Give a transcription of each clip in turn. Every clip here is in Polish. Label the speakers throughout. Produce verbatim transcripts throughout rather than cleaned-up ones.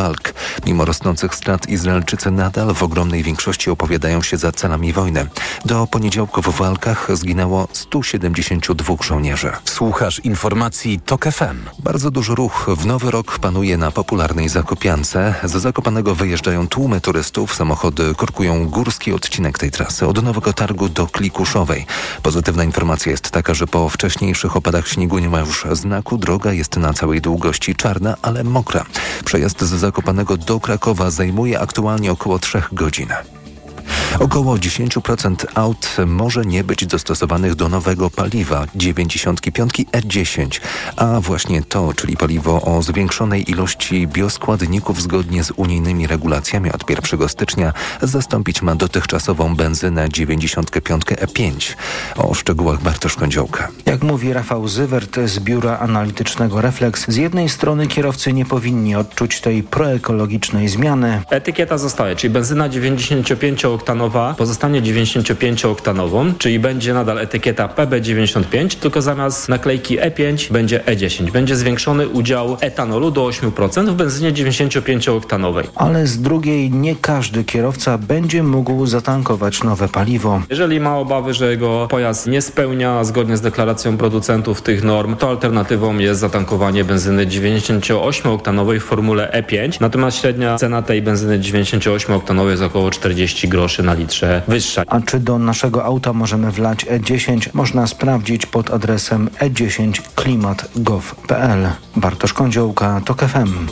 Speaker 1: walk. Mimo rosnących strat Izraelczycy nadal w ogromnej większości opowiadają się za celami wojny. Do poniedziałku w walkach zginęło stu siedemdziesięciu dwóch żołnierzy.
Speaker 2: Słuchasz informacji TOK F M.
Speaker 1: Bardzo duży ruch w Nowy Rok panuje na popularnej Zakopiance. Z Zakopanego wyjeżdżają tłumy turystów. Samochody korkują górski odcinek tej trasy od Nowego Targu do Klikuszowej. Pozytywna informacja jest taka, że po wcześniejszych opadach śniegu nie ma już znaku. Droga jest na całej długości czarna, ale mokra. Przejazd z Zakopanego do Krakowa zajmuje aktualnie około trzech godzin. Około dziesięć procent aut może nie być dostosowanych do nowego paliwa dziewięćdziesiąt pięć E dziesięć, a właśnie to, czyli paliwo o zwiększonej ilości bioskładników zgodnie z unijnymi regulacjami od pierwszego stycznia zastąpić ma dotychczasową benzynę dziewięćdziesiąt pięć E pięć. O szczegółach Bartosz Kądziołka.
Speaker 3: Jak mówi Rafał Zywert z biura analitycznego Reflex, z jednej strony kierowcy nie powinni odczuć tej proekologicznej zmiany.
Speaker 4: Etykieta zostaje, czyli benzyna dziewięćdziesięciopięciooktanowa pozostanie dziewięćdziesięciopięciooktanową, czyli będzie nadal etykieta P B dziewięćdziesiąt pięć, tylko zamiast naklejki E pięć będzie E dziesięć. Będzie zwiększony udział etanolu do ośmiu procent w benzynie dziewięćdziesięciopięciooktanowej.
Speaker 3: Ale z drugiej nie każdy kierowca będzie mógł zatankować nowe paliwo.
Speaker 4: Jeżeli ma obawy, że jego pojazd nie spełnia zgodnie z deklaracją producentów tych norm, to alternatywą jest zatankowanie benzyny dziewięćdziesięcioośmiooktanowej w formule E pięć. Natomiast średnia cena tej benzyny dziewięćdziesięcioośmiooktanowej jest około czterdzieści groszy na litrze wyższa.
Speaker 3: A czy do naszego auta możemy wlać E dziesięć? Można sprawdzić pod adresem e dziesięć klimat kropka gov kropka p l. Bartosz Kądziołka, TOK F M.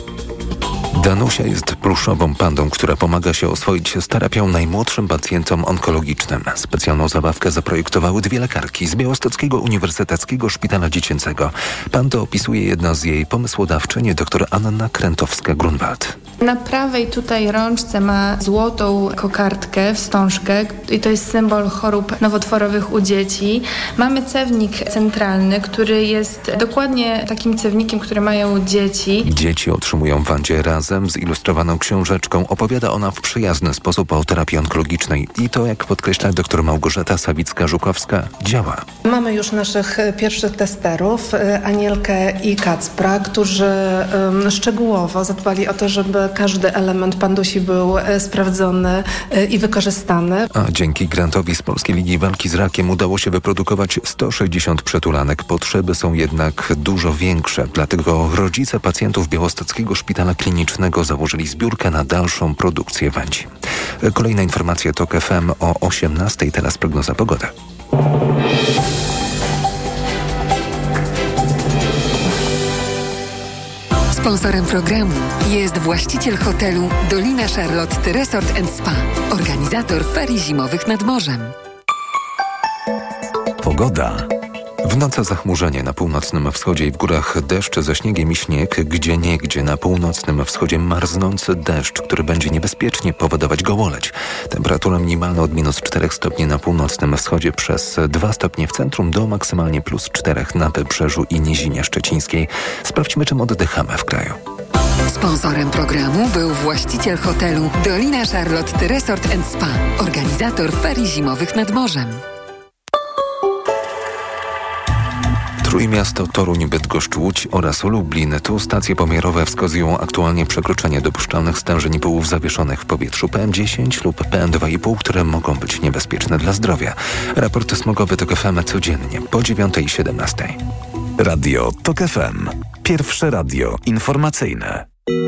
Speaker 1: Danusia jest pluszową pandą, która pomaga się oswoić z terapią najmłodszym pacjentom onkologicznym. Specjalną zabawkę zaprojektowały dwie lekarki z Białostockiego Uniwersyteckiego Szpitala Dziecięcego. Pandę opisuje jedna z jej pomysłodawczyń, dr Anna Krętowska-Grunwald.
Speaker 5: Na prawej tutaj rączce ma złotą kokardkę, wstążkę i to jest symbol chorób nowotworowych u dzieci. Mamy cewnik centralny, który jest dokładnie takim cewnikiem, który mają dzieci.
Speaker 1: Dzieci otrzymują w Wandzie razem z ilustrowaną książeczką. Opowiada ona w przyjazny sposób o terapii onkologicznej. I to, jak podkreśla dr Małgorzata Sawicka-Żukowska, działa.
Speaker 6: Mamy już naszych pierwszych testerów, Anielkę i Kacpra, którzy um, szczegółowo zadbali o to, żeby każdy element pandusi był e, sprawdzony e, i wykorzystany.
Speaker 1: A dzięki grantowi z Polskiej Ligi Walki z Rakiem udało się wyprodukować sto sześćdziesiąt przytulanek. Potrzeby są jednak dużo większe. Dlatego rodzice pacjentów Białostockiego Szpitala Klinicznego założyli zbiórkę na dalszą produkcję Wandzi. Kolejna informacja TOK F M o osiemnastej. Teraz prognoza pogody.
Speaker 7: Sponsorem programu jest właściciel hotelu Dolina Charlotte Resort and Spa, organizator ferii zimowych nad morzem.
Speaker 2: Pogoda.
Speaker 1: W nocy zachmurzenie na północnym wschodzie i w górach deszcz ze śniegiem i śnieg, gdzieniegdzie na północnym wschodzie marznący deszcz, który będzie niebezpiecznie powodować gołoleć. Temperatura minimalna od minus czterech stopni na północnym wschodzie przez dwa stopnie w centrum do maksymalnie plus czterech na Wybrzeżu i Nizinie Szczecińskiej. Sprawdźmy, czym oddychamy w kraju.
Speaker 7: Sponsorem programu był właściciel hotelu Dolina Charlotte Resort and Spa, organizator ferii zimowych nad morzem.
Speaker 1: Trójmiasto, Toruń, Bydgoszcz, Łódź oraz Lublin. Tu stacje pomiarowe wskazują aktualnie przekroczenie dopuszczalnych stężeń pyłów zawieszonych w powietrzu P M dziesięć lub P M dwa i pół, które mogą być niebezpieczne dla zdrowia. Raport smogowy TOK F M codziennie po dziewiątej i siedemnastej.
Speaker 2: Radio TOK F M. Pierwsze radio informacyjne.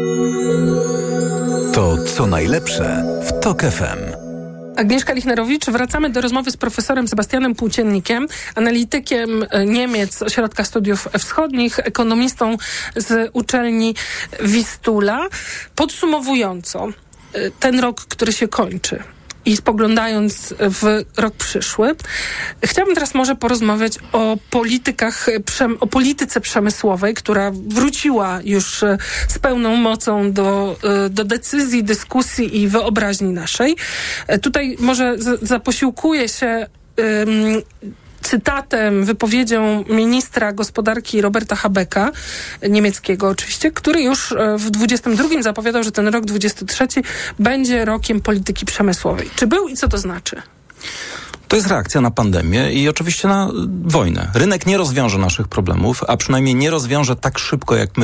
Speaker 2: To co najlepsze w TOK F M.
Speaker 8: Agnieszka Lichnerowicz. Wracamy do rozmowy z profesorem Sebastianem Płóciennikiem, analitykiem Niemiec Ośrodka Studiów Wschodnich, ekonomistą z uczelni Wistula. Podsumowująco, ten rok, który się kończy i spoglądając w rok przyszły, chciałabym teraz może porozmawiać o politykach, o polityce przemysłowej, która wróciła już z pełną mocą do, do decyzji, dyskusji i wyobraźni naszej. Tutaj może z, zaposiłkuję się um, cytatem, wypowiedzią ministra gospodarki Roberta Habecka, niemieckiego oczywiście, który już w dwudziestym drugim zapowiadał, że ten rok dwudziesty trzeci będzie rokiem polityki przemysłowej. Czy był i co to znaczy?
Speaker 9: To jest reakcja na pandemię i oczywiście na wojnę. Rynek nie rozwiąże naszych problemów, a przynajmniej nie rozwiąże tak szybko, jak my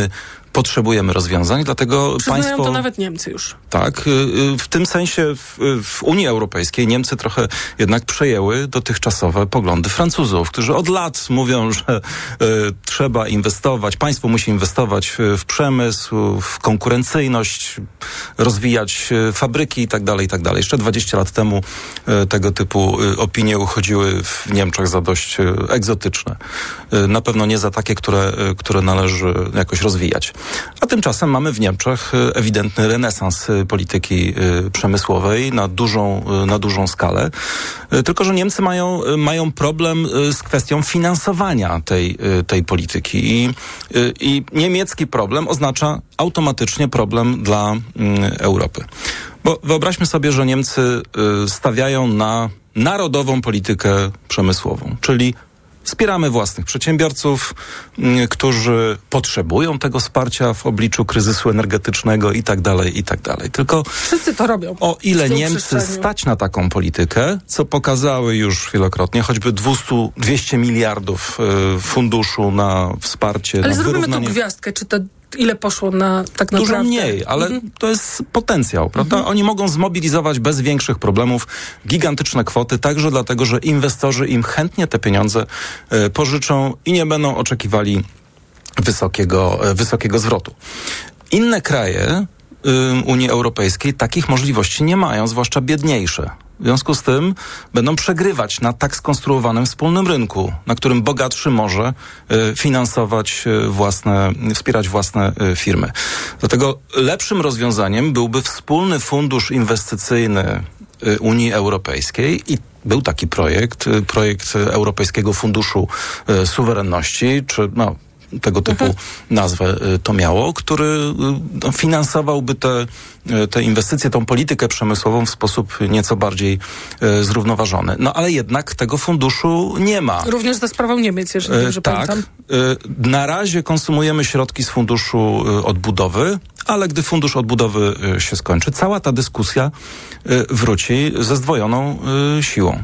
Speaker 9: potrzebujemy rozwiązań, dlatego
Speaker 8: Przyznają
Speaker 9: państwo...
Speaker 8: to nawet Niemcy już.
Speaker 9: Tak, w tym sensie w, w Unii Europejskiej Niemcy trochę jednak przejęły dotychczasowe poglądy Francuzów, którzy od lat mówią, że y, trzeba inwestować, państwo musi inwestować w, w przemysł, w konkurencyjność, rozwijać y, fabryki i tak dalej, i tak dalej. Jeszcze dwadzieścia lat temu y, tego typu y, opinie uchodziły w Niemczech za dość y, egzotyczne. Y, na pewno nie za takie, które, y, które należy jakoś rozwijać. A tymczasem mamy w Niemczech y, ewidentny renesans y, polityki y, przemysłowej na dużą, y, na dużą skalę. Y, tylko, że Niemcy mają, y, mają problem y, z kwestią finansowania tej, y, tej polityki. I, y, I niemiecki problem oznacza automatycznie problem dla y, Europy. Bo wyobraźmy sobie, że Niemcy y, stawiają na narodową politykę przemysłową, czyli wspieramy własnych przedsiębiorców, y, którzy potrzebują tego wsparcia w obliczu kryzysu energetycznego i tak dalej, i tak dalej. Tylko
Speaker 8: wszyscy to robią.
Speaker 9: O ile Niemcy stać na taką politykę, co pokazały już wielokrotnie, choćby dwieście miliardów y, funduszu na wsparcie,
Speaker 8: Ale
Speaker 9: na
Speaker 8: zrobimy
Speaker 9: wyrównanie...
Speaker 8: tu gwiazdkę, czy to ile poszło na tak naprawdę?
Speaker 9: Dużo mniej, ale mhm. to jest potencjał, prawda? Mhm. Oni mogą zmobilizować bez większych problemów gigantyczne kwoty, także dlatego, że inwestorzy im chętnie te pieniądze y, pożyczą i nie będą oczekiwali wysokiego, y, wysokiego zwrotu. Inne kraje y, Unii Europejskiej takich możliwości nie mają, zwłaszcza biedniejsze. W związku z tym będą przegrywać na tak skonstruowanym wspólnym rynku, na którym bogatszy może y, finansować y, własne, wspierać własne y, firmy. Dlatego lepszym rozwiązaniem byłby wspólny fundusz inwestycyjny y, Unii Europejskiej i był taki projekt, y, projekt Europejskiego Funduszu y, Suwerenności, czy no, tego typu mhm. nazwę y, to miało, który y, no, finansowałby te, y, te inwestycje, tą politykę przemysłową w sposób nieco bardziej y, zrównoważony. No ale jednak tego funduszu nie ma.
Speaker 8: Również za sprawą Niemiec, jeżeli dobrze
Speaker 9: y, tak.
Speaker 8: pamiętam.
Speaker 9: Y, na razie konsumujemy środki z funduszu y, odbudowy, ale gdy fundusz odbudowy y, się skończy, cała ta dyskusja y, wróci ze zdwojoną y, siłą.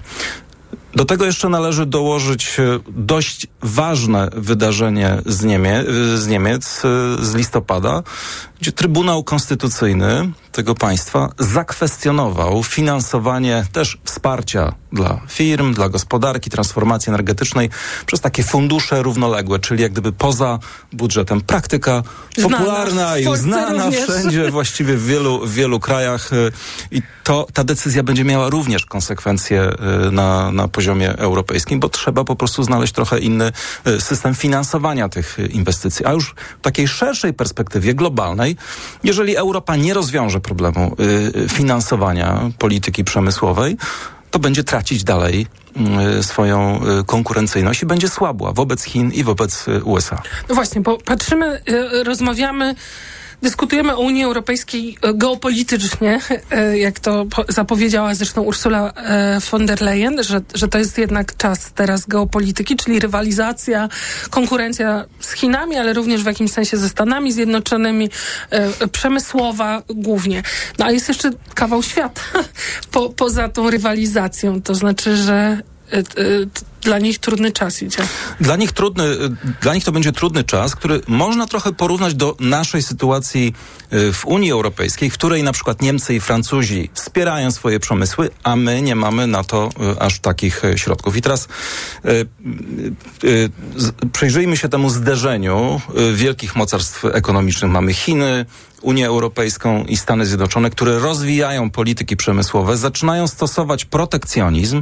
Speaker 9: Do tego jeszcze należy dołożyć dość ważne wydarzenie z, Niemie- z Niemiec z listopada, gdzie Trybunał Konstytucyjny tego państwa zakwestionował finansowanie też wsparcia dla firm, dla gospodarki, transformacji energetycznej przez takie fundusze równoległe, czyli jak gdyby poza budżetem. Praktyka znana, popularna i uznana również. Wszędzie, właściwie w wielu, w wielu krajach i to, ta decyzja będzie miała również konsekwencje na, na poziomie europejskim, bo trzeba po prostu znaleźć trochę inny system finansowania tych inwestycji. A już w takiej szerszej perspektywie globalnej, jeżeli Europa nie rozwiąże problemu y, finansowania polityki przemysłowej, to będzie tracić dalej y, swoją y, konkurencyjność i będzie słabła wobec Chin i wobec y, U S A.
Speaker 8: No właśnie, bo patrzymy, y, rozmawiamy, dyskutujemy o Unii Europejskiej geopolitycznie, jak to zapowiedziała zresztą Ursula von der Leyen, że, że to jest jednak czas teraz geopolityki, czyli rywalizacja, konkurencja z Chinami, ale również w jakimś sensie ze Stanami Zjednoczonymi, przemysłowa głównie. No a jest jeszcze kawał świata po, poza tą rywalizacją, to znaczy, że dla nich trudny czas idzie.
Speaker 9: Dla nich trudny, dla nich to będzie trudny czas, który można trochę porównać do naszej sytuacji w Unii Europejskiej, w której na przykład Niemcy i Francuzi wspierają swoje przemysły, a my nie mamy na to aż takich środków. I teraz y, y, y, przyjrzyjmy się temu zderzeniu wielkich mocarstw ekonomicznych. Mamy Chiny, Unię Europejską i Stany Zjednoczone, które rozwijają polityki przemysłowe, zaczynają stosować protekcjonizm.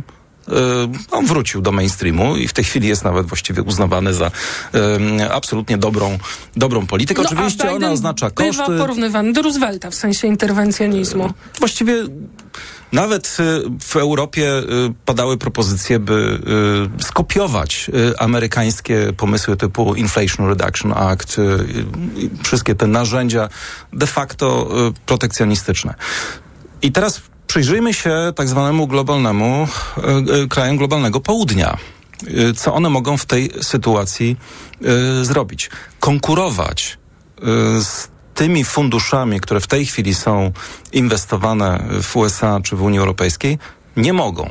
Speaker 9: On wrócił do mainstreamu i w tej chwili jest nawet właściwie uznawany za um, absolutnie dobrą, dobrą politykę.
Speaker 8: No,
Speaker 9: oczywiście ona oznacza koszty.
Speaker 8: Bywa porównywany do Roosevelta w sensie interwencjonizmu.
Speaker 9: Właściwie nawet w Europie padały propozycje, by skopiować amerykańskie pomysły typu Inflation Reduction Act, wszystkie te narzędzia de facto protekcjonistyczne. I teraz przyjrzyjmy się tak zwanemu globalnemu, y, krajom globalnego południa. Y, co one mogą w tej sytuacji y, zrobić? Konkurować y, z tymi funduszami, które w tej chwili są inwestowane w U S A czy w Unii Europejskiej, nie mogą.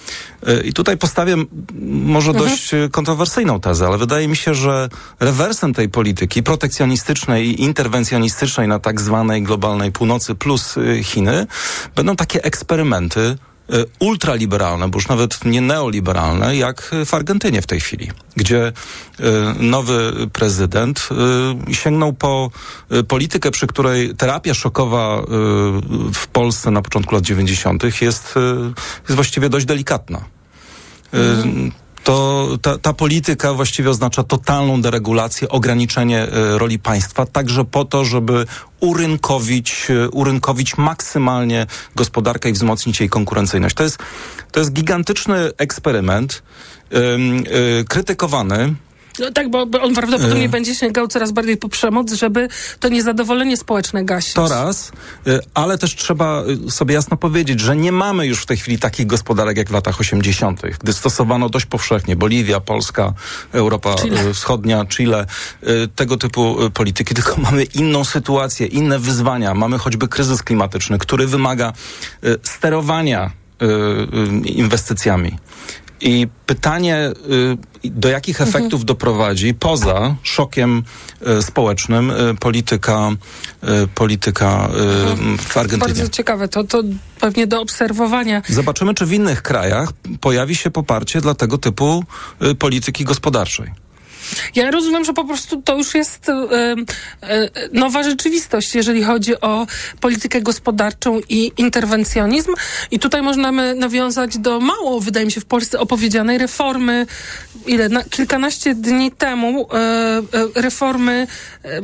Speaker 9: I tutaj postawię może mhm. dość kontrowersyjną tezę, ale wydaje mi się, że rewersem tej polityki protekcjonistycznej i interwencjonistycznej na tak zwanej globalnej północy plus Chiny będą takie eksperymenty ultraliberalne, bo już nawet nie neoliberalne, jak w Argentynie w tej chwili, gdzie nowy prezydent sięgnął po politykę, przy której terapia szokowa w Polsce na początku lat dziewięćdziesiątych jest, jest właściwie dość delikatna. Mhm. To ta, ta polityka właściwie oznacza totalną deregulację, ograniczenie y, roli państwa, także po to, żeby urynkowić, y, urynkowić maksymalnie gospodarkę i wzmocnić jej konkurencyjność. To jest, to jest gigantyczny eksperyment, y, y, krytykowany.
Speaker 8: No tak, bo, bo on prawdopodobnie y- będzie sięgał coraz bardziej po przemoc, żeby to niezadowolenie społeczne gasić.
Speaker 9: To raz, y, ale też trzeba sobie jasno powiedzieć, że nie mamy już w tej chwili takich gospodarek jak w latach osiemdziesiątych, gdy stosowano dość powszechnie Boliwia, Polska, Europa Chile. Wschodnia, Chile, y, tego typu y, polityki, tylko mamy inną sytuację, inne wyzwania. Mamy choćby kryzys klimatyczny, który wymaga y, sterowania y, y, inwestycjami. I pytanie, do jakich efektów mhm. doprowadzi poza szokiem społecznym polityka, polityka mhm. w Argentynie.
Speaker 8: Bardzo ciekawe, to, to pewnie do obserwowania.
Speaker 9: Zobaczymy, czy w innych krajach pojawi się poparcie dla tego typu polityki gospodarczej.
Speaker 8: Ja rozumiem, że po prostu to już jest e, e, nowa rzeczywistość, jeżeli chodzi o politykę gospodarczą i interwencjonizm. I tutaj możemy nawiązać do mało, wydaje mi się, w Polsce opowiedzianej reformy, ile, na, kilkanaście dni temu, e, e, reformy e,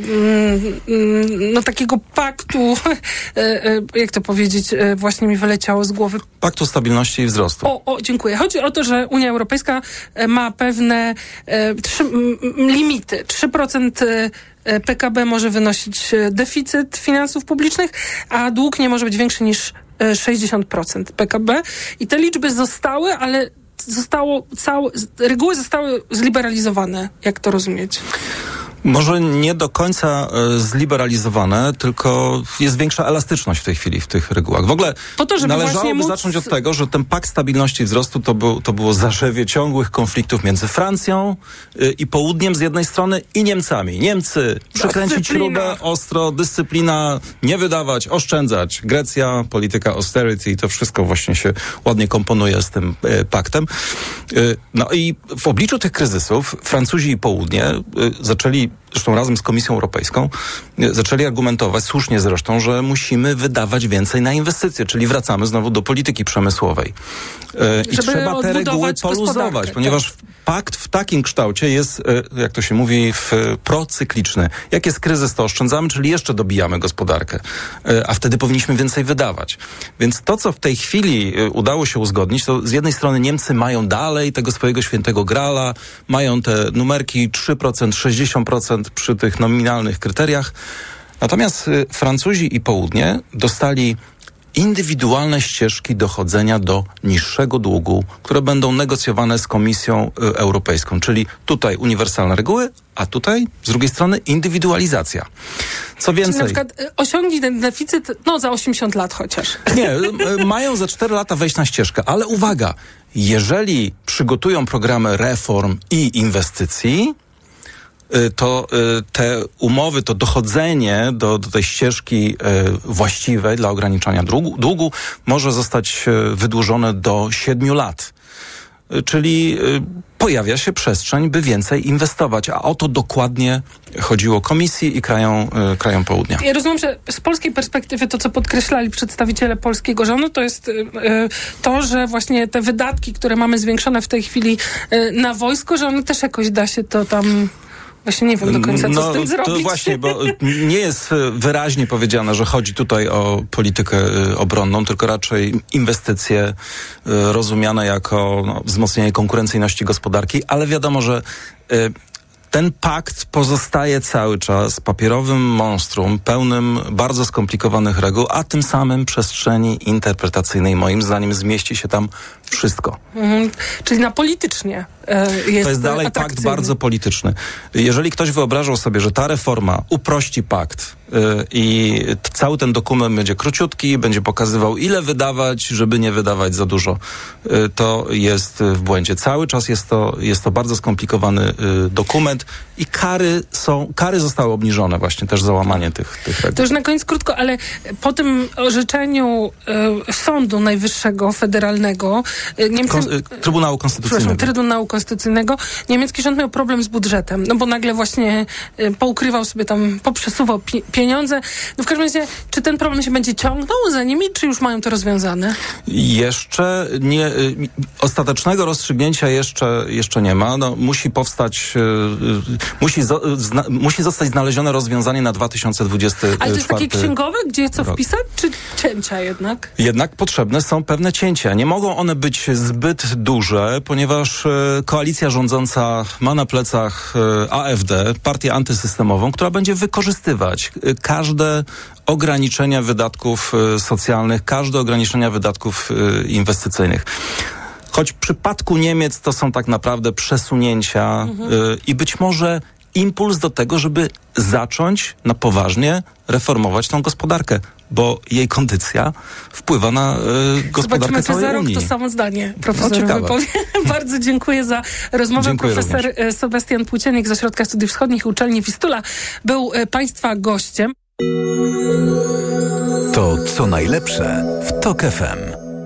Speaker 8: no takiego paktu, e, e, jak to powiedzieć, e, właśnie mi wyleciało z głowy.
Speaker 9: Paktu Stabilności i Wzrostu.
Speaker 8: O, o, dziękuję. Chodzi o to, że Unia Europejska ma pewne e, trzy, limity. trzy procent P K B może wynosić deficyt finansów publicznych, a dług nie może być większy niż sześćdziesiąt procent P K B. I te liczby zostały, ale zostało całe, reguły zostały zliberalizowane. Jak to rozumieć?
Speaker 9: Może nie do końca e, zliberalizowane, tylko jest większa elastyczność w tej chwili w tych regułach. W ogóle
Speaker 8: po to, żeby
Speaker 9: należałoby
Speaker 8: móc...
Speaker 9: zacząć od tego, że ten Pakt Stabilności i Wzrostu to, był, to było zarzewie ciągłych konfliktów między Francją y, i Południem z jednej strony i Niemcami. Niemcy przekręcić śrubę, ostro, dyscyplina, nie wydawać, oszczędzać. Grecja, polityka austerity, to wszystko właśnie się ładnie komponuje z tym y, paktem. Y, no i w obliczu tych kryzysów Francuzi i Południe y, zaczęli zresztą razem z Komisją Europejską, zaczęli argumentować, słusznie zresztą, że musimy wydawać więcej na inwestycje, czyli wracamy znowu do polityki przemysłowej. I
Speaker 8: Żeby
Speaker 9: trzeba te reguły poluzować, ponieważ tak. Pakt w takim kształcie jest, jak to się mówi, w procykliczny. Jak jest kryzys, to oszczędzamy, czyli jeszcze dobijamy gospodarkę, a wtedy powinniśmy więcej wydawać. Więc to, co w tej chwili udało się uzgodnić, to z jednej strony Niemcy mają dalej tego swojego świętego grala, mają te numerki trzy procent, sześćdziesiąt procent przy tych nominalnych kryteriach. Natomiast y, Francuzi i Południe dostali indywidualne ścieżki dochodzenia do niższego długu, które będą negocjowane z Komisją y, Europejską, czyli tutaj uniwersalne reguły, a tutaj z drugiej strony indywidualizacja. Co więcej...
Speaker 8: Czyli na przykład osiągnie ten deficyt, no za osiemdziesiąt lat chociaż.
Speaker 9: Nie, y, mają za cztery lata wejść na ścieżkę, ale uwaga, jeżeli przygotują programy reform i inwestycji, to te umowy, to dochodzenie do, do tej ścieżki właściwej dla ograniczania długu, długu może zostać wydłużone do siedmiu lat. Czyli pojawia się przestrzeń, by więcej inwestować, a o to dokładnie chodziło Komisji i krajom, krajom Południa.
Speaker 8: Ja rozumiem, że z polskiej perspektywy to, co podkreślali przedstawiciele polskiego rządu, to jest y, to, że właśnie te wydatki, które mamy zwiększone w tej chwili y, na wojsko, że one też jakoś da się to tam... Właśnie nie wiem do końca, co
Speaker 9: no,
Speaker 8: z tym zrobić.
Speaker 9: To właśnie, bo nie jest wyraźnie powiedziane, że chodzi tutaj o politykę obronną, tylko raczej inwestycje rozumiane jako no, wzmocnienie konkurencyjności gospodarki, ale wiadomo, że y, ten pakt pozostaje cały czas papierowym monstrum, pełnym bardzo skomplikowanych reguł, a tym samym przestrzeni interpretacyjnej, moim zdaniem, zmieści się tam wszystko.
Speaker 8: Mhm. Czyli na politycznie e, jest
Speaker 9: To jest dalej pakt bardzo polityczny. Jeżeli ktoś wyobrażał sobie, że ta reforma uprości pakt i cały ten dokument będzie króciutki, będzie pokazywał, ile wydawać, żeby nie wydawać za dużo. To jest w błędzie. Cały czas jest to, jest to bardzo skomplikowany dokument i kary są, kary zostały obniżone właśnie też za łamanie tych, tych reguł.
Speaker 8: To już na koniec krótko, ale po tym orzeczeniu y, Sądu Najwyższego Federalnego y, Niemcy...
Speaker 9: Kon, y, Trybunału Konstytucyjnego.
Speaker 8: Trybunału Konstytucyjnego. Niemiecki rząd miał problem z budżetem, no bo nagle właśnie y, poukrywał sobie tam, poprzesuwał pi- pieniądze. No w każdym razie, czy ten problem się będzie ciągnął za nimi, czy już mają to rozwiązane?
Speaker 9: Jeszcze nie, y, ostatecznego rozstrzygnięcia jeszcze, jeszcze nie ma. No, musi powstać, y, y, musi, zo, zna, musi zostać znalezione rozwiązanie na dwa tysiące dwudziesty czwarty
Speaker 8: Ale to jest takie księgowe, gdzie co
Speaker 9: rok.
Speaker 8: wpisać, czy cięcia jednak?
Speaker 9: Jednak potrzebne są pewne cięcia. Nie mogą one być zbyt duże, ponieważ y, koalicja rządząca ma na plecach y, A F D, partię antysystemową, która będzie wykorzystywać y, każde ograniczenia wydatków y, socjalnych, każde ograniczenia wydatków y, inwestycyjnych. Choć w przypadku Niemiec to są tak naprawdę przesunięcia mhm. y, i być może impuls do tego, żeby zacząć na poważnie reformować tą gospodarkę, bo jej kondycja wpływa na y, gospodarkę całej
Speaker 8: za rok
Speaker 9: Unii.
Speaker 8: to samo zdanie profesor
Speaker 9: no,
Speaker 8: wypowie. Bardzo dziękuję za rozmowę.
Speaker 9: Dziękuję
Speaker 8: Profesor
Speaker 9: również.
Speaker 8: Sebastian Płóciennik z Ośrodka Studiów Wschodnich Uczelni Wistula był y, Państwa gościem.
Speaker 2: To co najlepsze w TOK F M.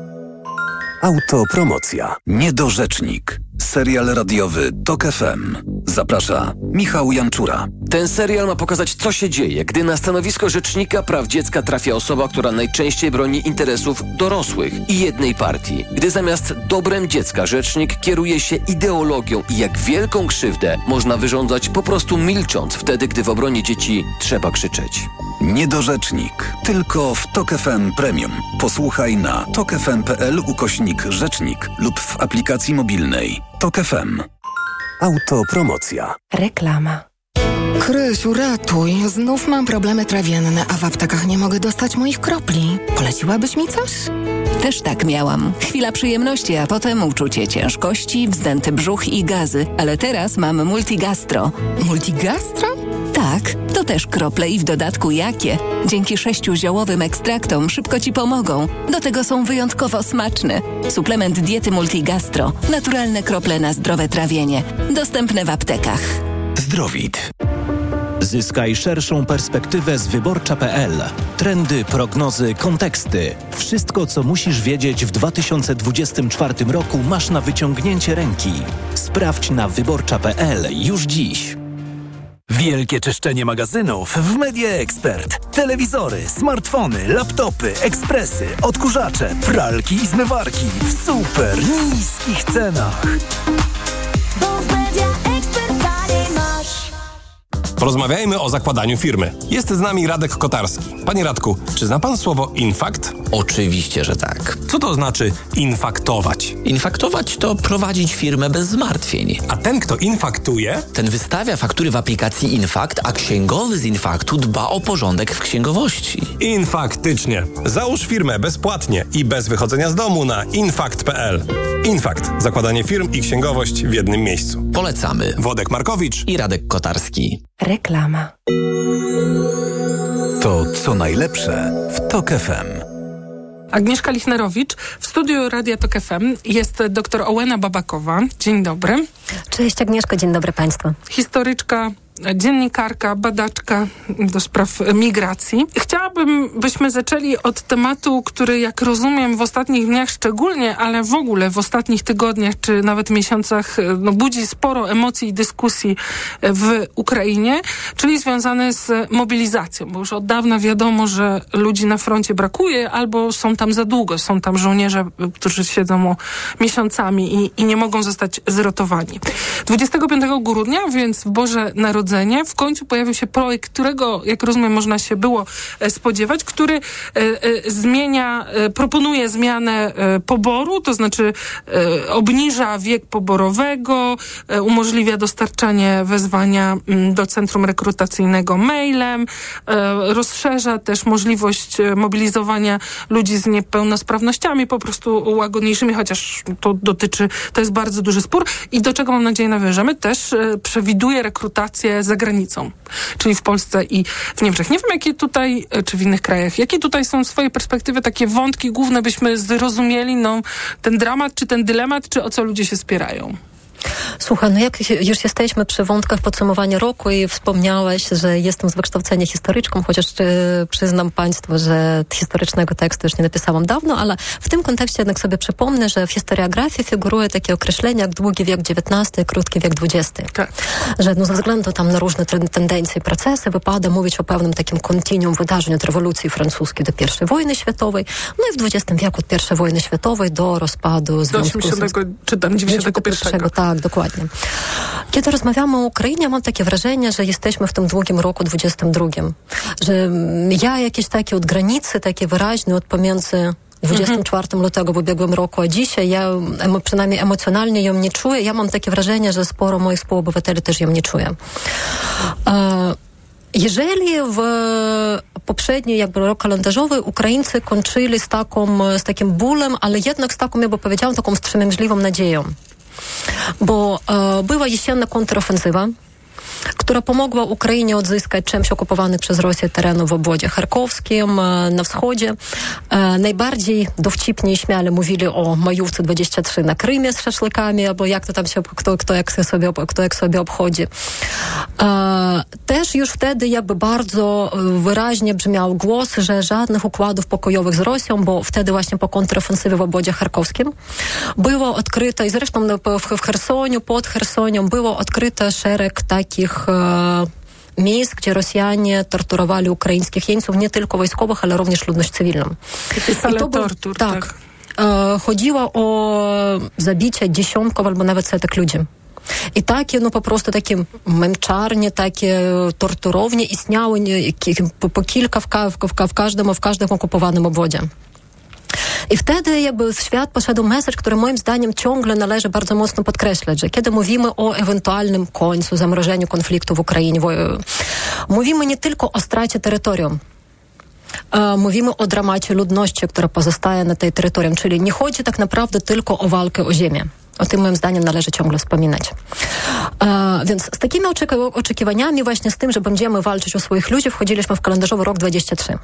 Speaker 2: Autopromocja. Niedorzecznik. Serial radiowy TOK F M. Zaprasza Michał Janczura.
Speaker 10: Ten serial ma pokazać, co się dzieje, gdy na stanowisko rzecznika praw dziecka trafia osoba, która najczęściej broni interesów dorosłych i jednej partii. Gdy zamiast dobrem dziecka rzecznik kieruje się ideologią i jak wielką krzywdę można wyrządzać po prostu milcząc wtedy, gdy w obronie dzieci trzeba krzyczeć.
Speaker 2: Niedorzecznik. Tylko w TOK F M Premium. Posłuchaj na tokfm.pl ukośnik rzecznik lub w aplikacji mobilnej. TOK F M. Autopromocja.
Speaker 11: Reklama. Krysiu, ratuj. Znów mam problemy trawienne, a w aptekach nie mogę dostać moich kropli. Poleciłabyś mi coś?
Speaker 12: Też tak miałam. Chwila przyjemności, a potem uczucie ciężkości, wzdęty brzuch i gazy. Ale teraz mam Multigastro.
Speaker 11: Multigastro?
Speaker 12: Tak, to też krople i w dodatku jakie. Dzięki sześciu ziołowym ekstraktom szybko Ci pomogą. Do tego są wyjątkowo smaczne. Suplement diety Multigastro. Naturalne krople na zdrowe trawienie. Dostępne w aptekach.
Speaker 13: Zdrowit. Zyskaj szerszą perspektywę z wyborcza kropka p l. Trendy, prognozy, konteksty. Wszystko, co musisz wiedzieć w dwa tysiące dwudziestym czwartym roku masz na wyciągnięcie ręki. Sprawdź na wyborcza kropka p l już dziś.
Speaker 14: Wielkie czyszczenie magazynów w Media Expert. Telewizory, smartfony, laptopy, ekspresy, odkurzacze, pralki i zmywarki w super niskich cenach.
Speaker 15: Bo w Media Expert taniej masz.
Speaker 16: Porozmawiajmy o zakładaniu firmy. Jest z nami Radek Kotarski. Panie Radku, czy zna pan słowo infakt?
Speaker 17: Oczywiście, że tak.
Speaker 16: Co to znaczy infaktować?
Speaker 17: Infaktować to prowadzić firmę bez zmartwień.
Speaker 16: A ten, kto infaktuje?
Speaker 17: Ten wystawia faktury w aplikacji Infakt, a księgowy z Infaktu dba o porządek w księgowości.
Speaker 16: Infaktycznie. Załóż firmę bezpłatnie i bez wychodzenia z domu na infakt kropka p l. Infakt. Zakładanie firm i księgowość w jednym miejscu.
Speaker 17: Polecamy.
Speaker 16: Wodek Markowicz
Speaker 17: i Radek Kotarski.
Speaker 11: Reklama.
Speaker 2: To co najlepsze w TOK F M.
Speaker 8: Agnieszka Lichnerowicz. W studiu Radia TOK F M jest dr Ołena Babakowa. Dzień dobry.
Speaker 18: Cześć Agnieszko, dzień dobry Państwu.
Speaker 8: Historyczka, dziennikarka, badaczka do spraw migracji. Chciałabym, byśmy zaczęli od tematu, który jak rozumiem w ostatnich dniach szczególnie, ale w ogóle w ostatnich tygodniach czy nawet miesiącach no, budzi sporo emocji i dyskusji w Ukrainie, czyli związany z mobilizacją, bo już od dawna wiadomo, że ludzi na froncie brakuje albo są tam za długo. Są tam żołnierze, którzy siedzą miesiącami i, i nie mogą zostać zrotowani. dwudziestego piątego grudnia, więc w Boże Narodzenie, w końcu pojawił się projekt, którego, jak rozumiem, można się było spodziewać, który e, e, zmienia, e, proponuje zmianę e, poboru, to znaczy e, obniża wiek poborowego, e, umożliwia dostarczanie wezwania m, do centrum rekrutacyjnego mailem, e, rozszerza też możliwość mobilizowania ludzi z niepełnosprawnościami, po prostu łagodniejszymi, chociaż to dotyczy, to jest bardzo duży spór i do czego mam nadzieję nawiążemy, też e, przewiduje rekrutację dzieje za granicą, czyli w Polsce i w Niemczech. Nie wiem, jakie tutaj, czy w innych krajach, jakie tutaj są z swojej perspektywy takie wątki główne, byśmy zrozumieli, no, ten dramat, czy ten dylemat, czy o co ludzie się spierają.
Speaker 18: Słuchaj, no jak już jesteśmy przy wątkach podsumowania roku i wspomniałeś, że jestem z wykształcenia historyczką, chociaż y, przyznam Państwu, że historycznego tekstu już nie napisałam dawno, ale w tym kontekście jednak sobie przypomnę, że w historiografii figuruje takie określenie jak długi wiek dziewiętnasty i krótki wiek dwudziesty. Tak. Że no, ze względu tam na różne tendencje i procesy wypada mówić o pewnym takim kontinuum wydarzeń od rewolucji francuskiej do pierwszej wojny światowej, no i w dwudziestym wieku od pierwszej wojny światowej do rozpadu Związku
Speaker 8: osiemdziesiątego czy tam dziewięćdziesiątego pierwszego.
Speaker 18: Tak, dokładnie. Kiedy rozmawiamy o Ukrainie, mam takie wrażenie, że jesteśmy w tym długim roku dwudziestym drugim. Że ja jakieś takie od granicy, takie wyraźne od pomiędzy dwudziestego czwartego lutego w ubiegłym roku, a dzisiaj ja emo, przynajmniej emocjonalnie ją nie czuję. Ja mam takie wrażenie, że sporo moich współobywateli też ją nie czuje. E, Jeżeli w poprzedni jakby rok kalendarzowy Ukraińcy kończyli z, taką, z takim bólem, ale jednak z taką, ja by powiedziałam, taką wstrzemięźliwą nadzieją. Bo e, była jesienna kontrofensywa, która pomogła Ukrainie odzyskać część okupowanych przez Rosję terenów w obwodzie charkowskim e, na wschodzie. E, najbardziej dowcipnie i śmiale mówili o majówce dwadzieścia trzy na Krymie z szaszłykami, albo jak to tam się, kto, kto, jak, sobie, kto jak sobie obchodzi. E, też już wtedy jakby bardzo wyraźnie brzmiał głos, że żadnych układów pokojowych z Rosją, bo wtedy właśnie po kontrofensywie w obwodzie charkowskim było odkryte, i zresztą w, w Chersoniu, pod Chersonią było odkryte szereg takich e, miejsc, gdzie Rosjanie torturowali ukraińskich jeńców, nie tylko wojskowych, ale również ludność cywilną.
Speaker 8: I to był, tortur, tak. tak.
Speaker 18: E, chodziło o zabicie dziesiątków albo nawet setek ludzi. I takie, no po prostu takie męczarnie, takie torturownie istniały nie, po, po kilka w, ka, w, w, każdym, w każdym okupowanym obwodzie. I wtedy jakby w świat poszedł message, który moim zdaniem ciągle należy bardzo mocno podkreślać, że kiedy mówimy o ewentualnym końcu, zamrożeniu konfliktu w Ukrainie, mówimy nie tylko o stracie terytorium, mówimy o dramacie ludności, która pozostaje na tej terytorium, czyli nie chodzi tak naprawdę tylko o walkę o ziemię. O tym moim zdaniem należy ciągle wspominać. E, więc z takimi oczeki- oczekiwaniami, właśnie z tym, że będziemy walczyć o swoich ludzi, wchodziliśmy w kalendarzowy rok dwudziesty trzeci.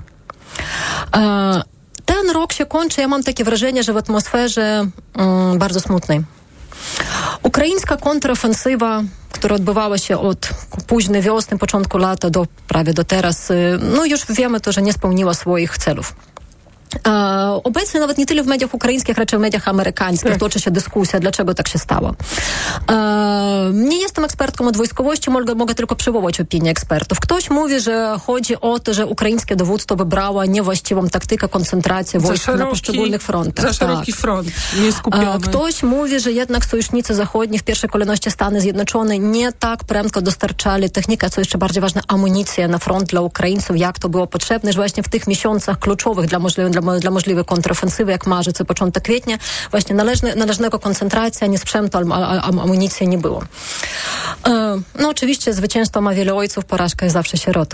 Speaker 18: E, ten rok się kończy, ja mam takie wrażenie, że w atmosferze mm, bardzo smutnej. Ukraińska kontrofensywa, która odbywała się od późnej wiosny, początku lata do prawie do teraz, no już wiemy to, że nie spełniła swoich celów. E, obecnie nawet nie tyle w mediach ukraińskich, raczej w mediach amerykańskich tak. toczy się dyskusja, dlaczego tak się stało. E, nie jestem ekspertką od wojskowości, mogę, mogę tylko przywołać opinię ekspertów. Ktoś mówi, że chodzi o to, że ukraińskie dowództwo wybrało niewłaściwą taktykę koncentracji wojsk szeroki, na poszczególnych frontach.
Speaker 8: Za szeroki tak. front, nie skupiony.
Speaker 18: E, ktoś mówi, że jednak sojusznicy zachodni, w pierwszej kolejności Stany Zjednoczone, nie tak prędko dostarczali technikę, co jeszcze bardziej ważne, amunicję na front dla Ukraińców, jak to było potrzebne, że właśnie w tych miesiącach kluczowych dla możliwych Dla, dla możliwej kontrofensywy, jak marzec i początek kwietnia, właśnie należne, należnego koncentracji, ani sprzętu, a, a, amunicji nie było. E, no oczywiście zwycięstwo ma wiele ojców, porażka jest zawsze sierotą.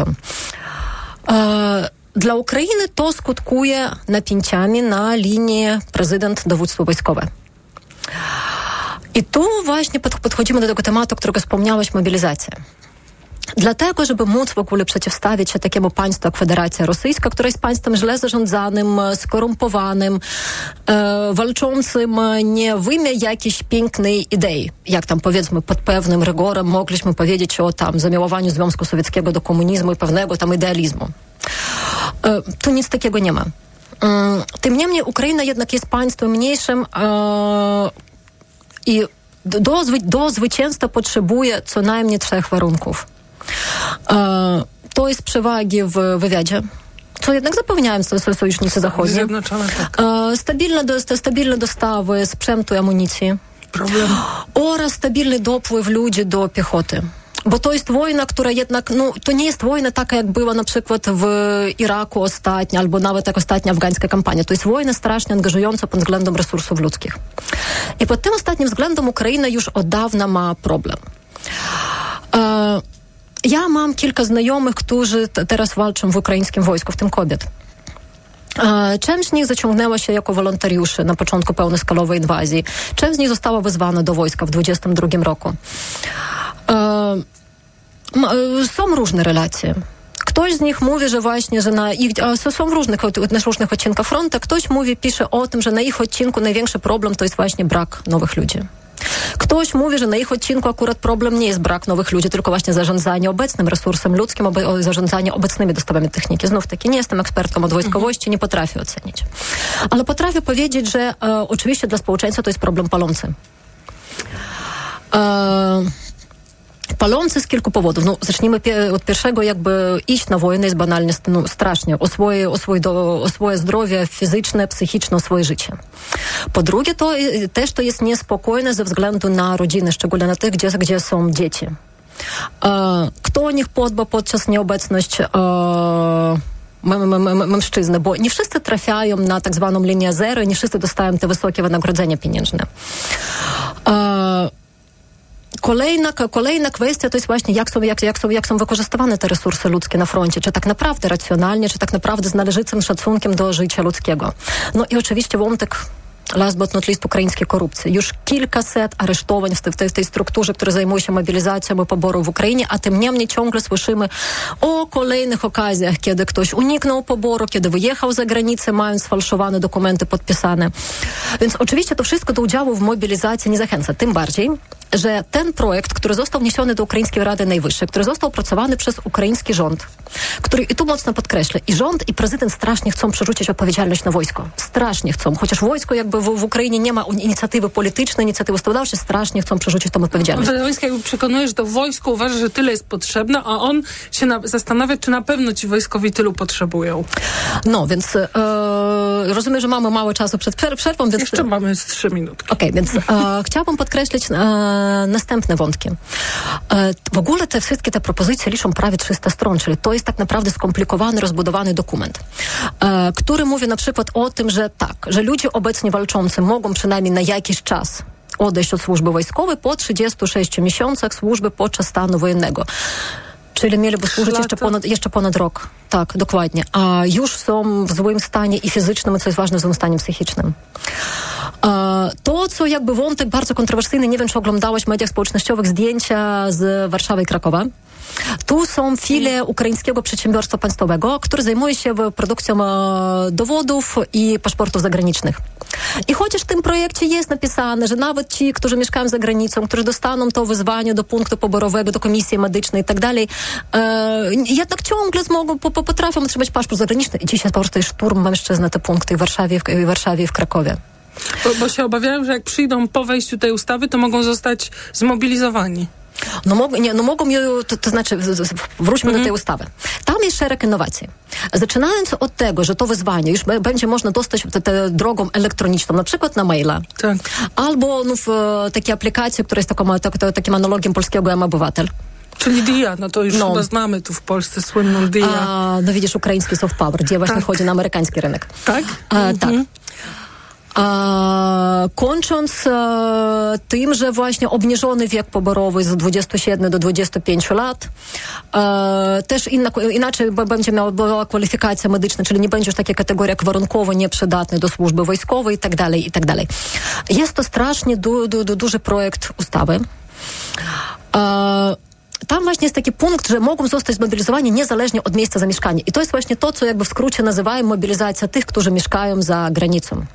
Speaker 18: E, dla Ukrainy to skutkuje napięciami na linii prezydent-dowództwo wojskowe. I tu właśnie pod, podchodzimy do tego tematu, którego wspomniałeś, mobilizacja. Dlatego, żeby móc w ogóle przeciwstawić się takiemu państwu jak Federacja Rosyjska, która jest państwem źle zarządzanym, skorumpowanym, e, walczącym nie w imię jakiejś pięknej idei, jak tam powiedzmy pod pewnym rygorem mogliśmy powiedzieć o tam zamiłowaniu Związku Sowieckiego do komunizmu i pewnego tam idealizmu. E, tu nic takiego nie ma. E, tym niemniej Ukraina jednak jest państwem mniejszym e, i do, do zwycięstwa potrzebuje co najmniej trzech warunków. E, to jest przewagi w wywiadzie, co jednak zapewniają sojusznicy zachodni.
Speaker 8: Zjednoczone, tak.
Speaker 18: E, stabilne, do, stabilne dostawy sprzętu i amunicji.
Speaker 8: Problem.
Speaker 18: Oraz stabilny dopływ ludzi do piechoty. Bo to jest wojna, która jednak, no, to nie jest wojna taka, jak była na przykład w Iraku ostatnia, albo nawet jak ostatnia afgańska kampania. To jest wojna strasznie angażująca pod względem resursów ludzkich. I pod tym ostatnim względem Ukraina już od dawna ma problem. E, ja mam kilka znajomych, którzy t- teraz walczą w ukraińskim wojsku, w tym kobiet. E, część z nich zaciągnęła się jako wolontariusze na początku pełnoskalowej inwazji. Część z nich została wezwana do wojska w dwudziestym drugim roku. E, Są różne relacje. Ktoś z nich mówi, że właśnie, że na ich, są w różnych, na różnych odcinkach frontu, ktoś mówi, pisze o tym, że na ich odcinku największy problem to jest właśnie brak nowych ludzi. Ktoś mówi, że na ich odcinku akurat problem nie jest brak nowych ludzi, tylko właśnie zarządzanie obecnym resursem ludzkim, obe, zarządzanie obecnymi dostawami techniki. Znów taki nie jestem ekspertką od wojskowości, nie potrafię ocenić. Ale potrafię powiedzieć, że e, oczywiście dla społeczeństwa to jest problem palący. E, Palący z kilku powodów. No, zacznijmy pie- od pierwszego, jakby iść na wojnę jest banalnie no, strasznie. O swoje, o, swoje do, o swoje zdrowie fizyczne, psychiczne, o swoje życie. Po drugie, to też to jest niespokojne ze względu na rodziny, szczególnie na tych, gdzie, gdzie są dzieci. E, kto o nich podba podczas nieobecności e, mężczyzny, bo nie wszyscy trafiają na tak zwaną linię zero i nie wszyscy dostają te wysokie wynagrodzenia pieniężne. E, Kolejna, kolejna kwestia to jest właśnie jak są, jak, jak, są, jak są wykorzystywane te resursy ludzkie na froncie. Czy tak naprawdę racjonalnie, czy tak naprawdę z należytym szacunkiem do życia ludzkiego. No i oczywiście wątek last but not least ukraińskiej korupcji. Już kilkaset aresztowań w tej, w tej strukturze, która zajmuje się mobilizacją i poboru w Ukrainie, a tym niemniej ciągle słyszymy o kolejnych okazjach, kiedy ktoś uniknął poboru, kiedy wyjechał za granicę, mając sfałszowane dokumenty podpisane. Więc oczywiście to wszystko do udziału w mobilizacji nie zachęca. Tym bardziej, że ten projekt, który został wniesiony do Ukraińskiej Rady Najwyższej, który został opracowany przez ukraiński rząd, który, i tu mocno podkreślę, i rząd, i prezydent strasznie chcą przerzucić odpowiedzialność na wojsko. Strasznie chcą. Chociaż wojsko jakby w, w Ukrainie nie ma inicjatywy politycznej, inicjatywy ustawodawczej, strasznie chcą przerzucić tą odpowiedzialność.
Speaker 8: Wojsko jakby przekonuje, że to wojsko uważa, że tyle jest potrzebne, a on się na, zastanawia, czy na pewno ci wojskowi tylu potrzebują.
Speaker 18: No, więc e, rozumiem, że mamy mało czasu przed przerwą, więc...
Speaker 8: Jeszcze mamy z trzy minutki.
Speaker 18: Okej, okay, więc e, chciałabym podkreślić e, następne wątki. E, w ogóle te wszystkie te propozycje liczą prawie trzysta stron, czyli to jest tak naprawdę skomplikowany, rozbudowany dokument, e, który mówi na przykład o tym, że tak, że ludzie obecnie walczący mogą przynajmniej na jakiś czas odejść od służby wojskowej po trzydziestu sześciu miesiącach służby podczas stanu wojennego. Czyli mieliby służyć jeszcze ponad, jeszcze ponad rok. Tak, dokładnie. A już są w złym stanie i fizycznym, i co jest ważne, w złym stanie psychicznym. To, co jakby wątek bardzo kontrowersyjny, nie wiem, czy oglądałaś w mediach społecznościowych zdjęcia z Warszawy i Krakowa. Tu są filie ukraińskiego przedsiębiorstwa państwowego, które zajmuje się produkcją dowodów i paszportów zagranicznych. I chociaż w tym projekcie jest napisane, że nawet ci, którzy mieszkają za granicą, którzy dostaną to wezwanie do punktu poborowego, do komisji medycznej i tak dalej, e, jednak ciągle zmogą, po, po, potrafią otrzymać paszport zagraniczny. I dzisiaj po prostu jest szturm mężczyzn na te punkty w Warszawie, w, w Warszawie i w Krakowie.
Speaker 8: Bo, bo się obawiają, że jak przyjdą po wejściu tej ustawy, to mogą zostać zmobilizowani.
Speaker 18: No, mog, nie, no mogą, to, to znaczy wróćmy mm. do tej ustawy. Tam jest szereg innowacji. Zaczynając od tego, że to wezwanie już b- będzie można dostać te, te drogą elektroniczną, na przykład na maila.
Speaker 8: Tak.
Speaker 18: Albo no, w takiej aplikacji, która jest taką, tak, takim analogiem polskiego M-Obywatel.
Speaker 8: Czyli D I A, no to już no. chyba znamy tu w Polsce słynną D I A.
Speaker 18: A, no widzisz, ukraiński soft power, gdzie właśnie tak. chodzi na amerykański rynek.
Speaker 8: Tak?
Speaker 18: A,
Speaker 8: mm-hmm.
Speaker 18: Tak. A, kończąc a, tym, że właśnie obniżony wiek poborowy z dwudziestu siedmiu do dwudziestu pięciu lat. A, też inna, inaczej będzie miała kwalifikacja medyczna, czyli nie będzie już takiej kategorii jak warunkowo nieprzydatny do służby wojskowej i tak dalej, i tak dalej. Jest to strasznie du, du, du, duży projekt ustawy. A, Tam właśnie jest taki punkt, że mogą zostać zmobilizowani niezależnie od miejsca zamieszkania. I to jest właśnie to, co jakby w skrócie nazywają mobilizacja tych, którzy mieszkają za granicą.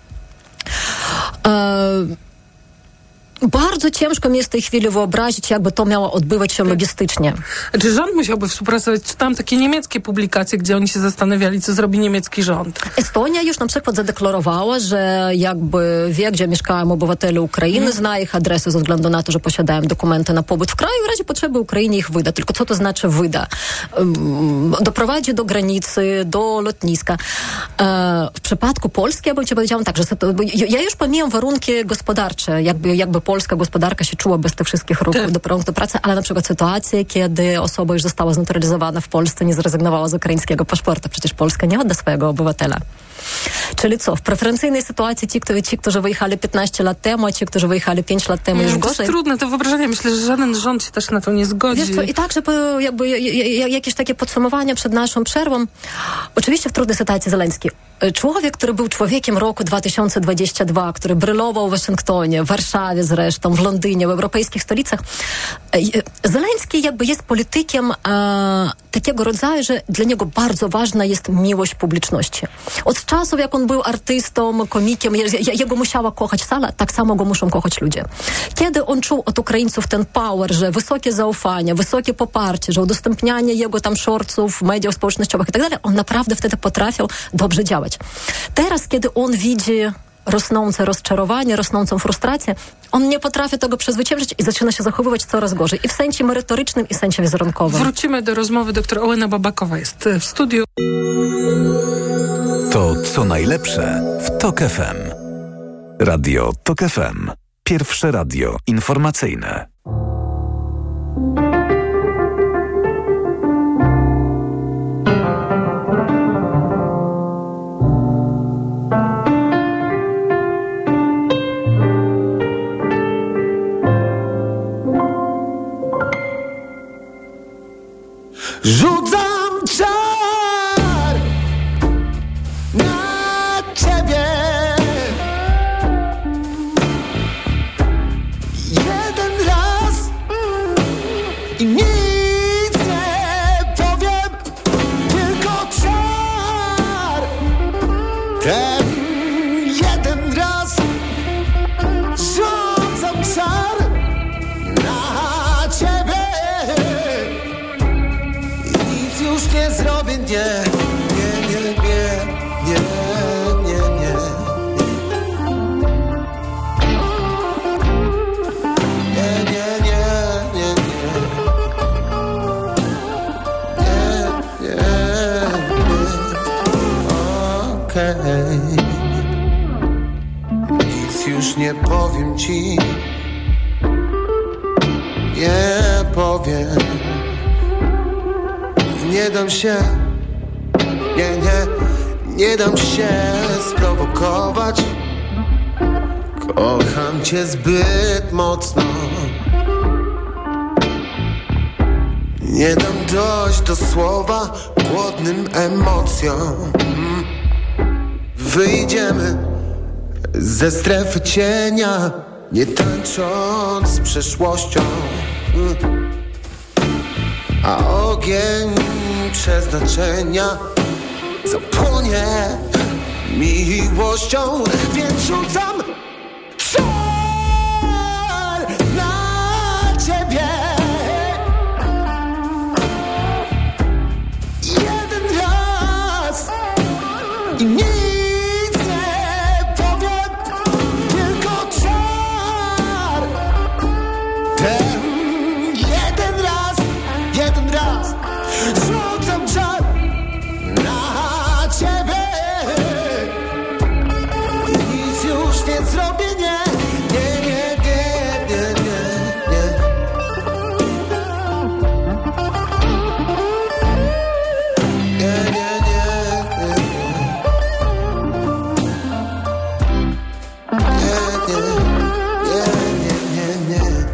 Speaker 18: E, bardzo ciężko mi jest w tej chwili wyobrazić, jakby to miało odbywać się logistycznie.
Speaker 8: Czy rząd musiałby współpracować? Czytałam takie niemieckie publikacje, gdzie oni się zastanawiali, co zrobi niemiecki rząd.
Speaker 18: Estonia już na przykład zadeklarowała, że jakby wie, gdzie mieszkają obywatele Ukrainy, hmm. zna ich adresy ze względu na to, że posiadają dokumenty na pobyt w kraju, w razie potrzeby Ukrainie ich wyda. Tylko co to znaczy wyda? Um, doprowadzi do granicy, do lotniska. E, w przypadku Polski, ja bym ci powiedziała tak, że to, ja już pomijam warunki gospodarcze, jakby, jakby polska gospodarka się czuła bez tych wszystkich ruchów do, do pracy, ale na przykład sytuacje, kiedy osoba już została znaturalizowana w Polsce, nie zrezygnowała z ukraińskiego paszportu. Przecież Polska nie odda swojego obywatela. Czyli co? W preferencyjnej sytuacji ci, którzy, ci, którzy wyjechali piętnaście lat temu, a ci, którzy wyjechali pięć lat temu,
Speaker 8: no,
Speaker 18: już
Speaker 8: to
Speaker 18: gorzej.
Speaker 8: To jest trudne to wyobrażenie. Myślę, że żaden rząd się też na to nie zgodzi.
Speaker 18: Wiesz co, i tak, żeby jakby jakieś takie podsumowania przed naszą przerwą. Oczywiście w trudnej sytuacji Zełenski człowiek, który był człowiekiem roku dwa tysiące dwudziestego drugiego, który brylował w Waszyngtonie, w Warszawie zresztą, w Londynie, w europejskich stolicach. Zeleński jakby jest politykiem e, takiego rodzaju, że dla niego bardzo ważna jest miłość publiczności. Od czasów, jak on był artystą, komikiem, jego musiała kochać sala, tak samo go muszą kochać ludzie. Kiedy on czuł od Ukraińców ten power, że wysokie zaufanie, wysokie poparcie, że udostępnianie jego tam shortsów w mediach społecznościowych i tak dalej, on naprawdę wtedy potrafił dobrze działać. Teraz, kiedy on widzi rosnące rozczarowanie, rosnącą frustrację, on nie potrafi tego przezwyciężyć i zaczyna się zachowywać coraz gorzej. I w sensie merytorycznym, i w sensie wizerunkowym.
Speaker 8: Wrócimy do rozmowy. Doktor Ołena Babakowa jest w studiu.
Speaker 2: To co najlepsze w TOK F M. Radio TOK F M. Pierwsze radio informacyjne.
Speaker 19: Rzucam czar na ciebie. Jeden raz i nic nie powiem, tylko czar. Ten jeden raz rzucam czar na ciebie. Już nie zrobię, nie, nie, nie, nie, nie, nie, nie. Nie, nie, nie, nie, nie. Nie, nie, nie. Okej. Nic już nie powiem ci. Nie powiem. Nie dam się, nie, nie, nie dam się sprowokować. Kocham cię zbyt mocno. Nie dam dojść do słowa głodnym emocjom. Wyjdziemy ze strefy cienia, nie tańcząc z przeszłością. A ogień przeznaczenia zapłonie miłością, więc rzucam czar na ciebie. Jeden raz i nic nie powiem, tylko czar. Ten jeden raz, jeden raz rzucam czar na ciebie. Nic już nie zrobię, nie, nie, nie, nie, nie, nie, nie. Nie, nie, nie, nie, nie, nie, nie, nie, nie.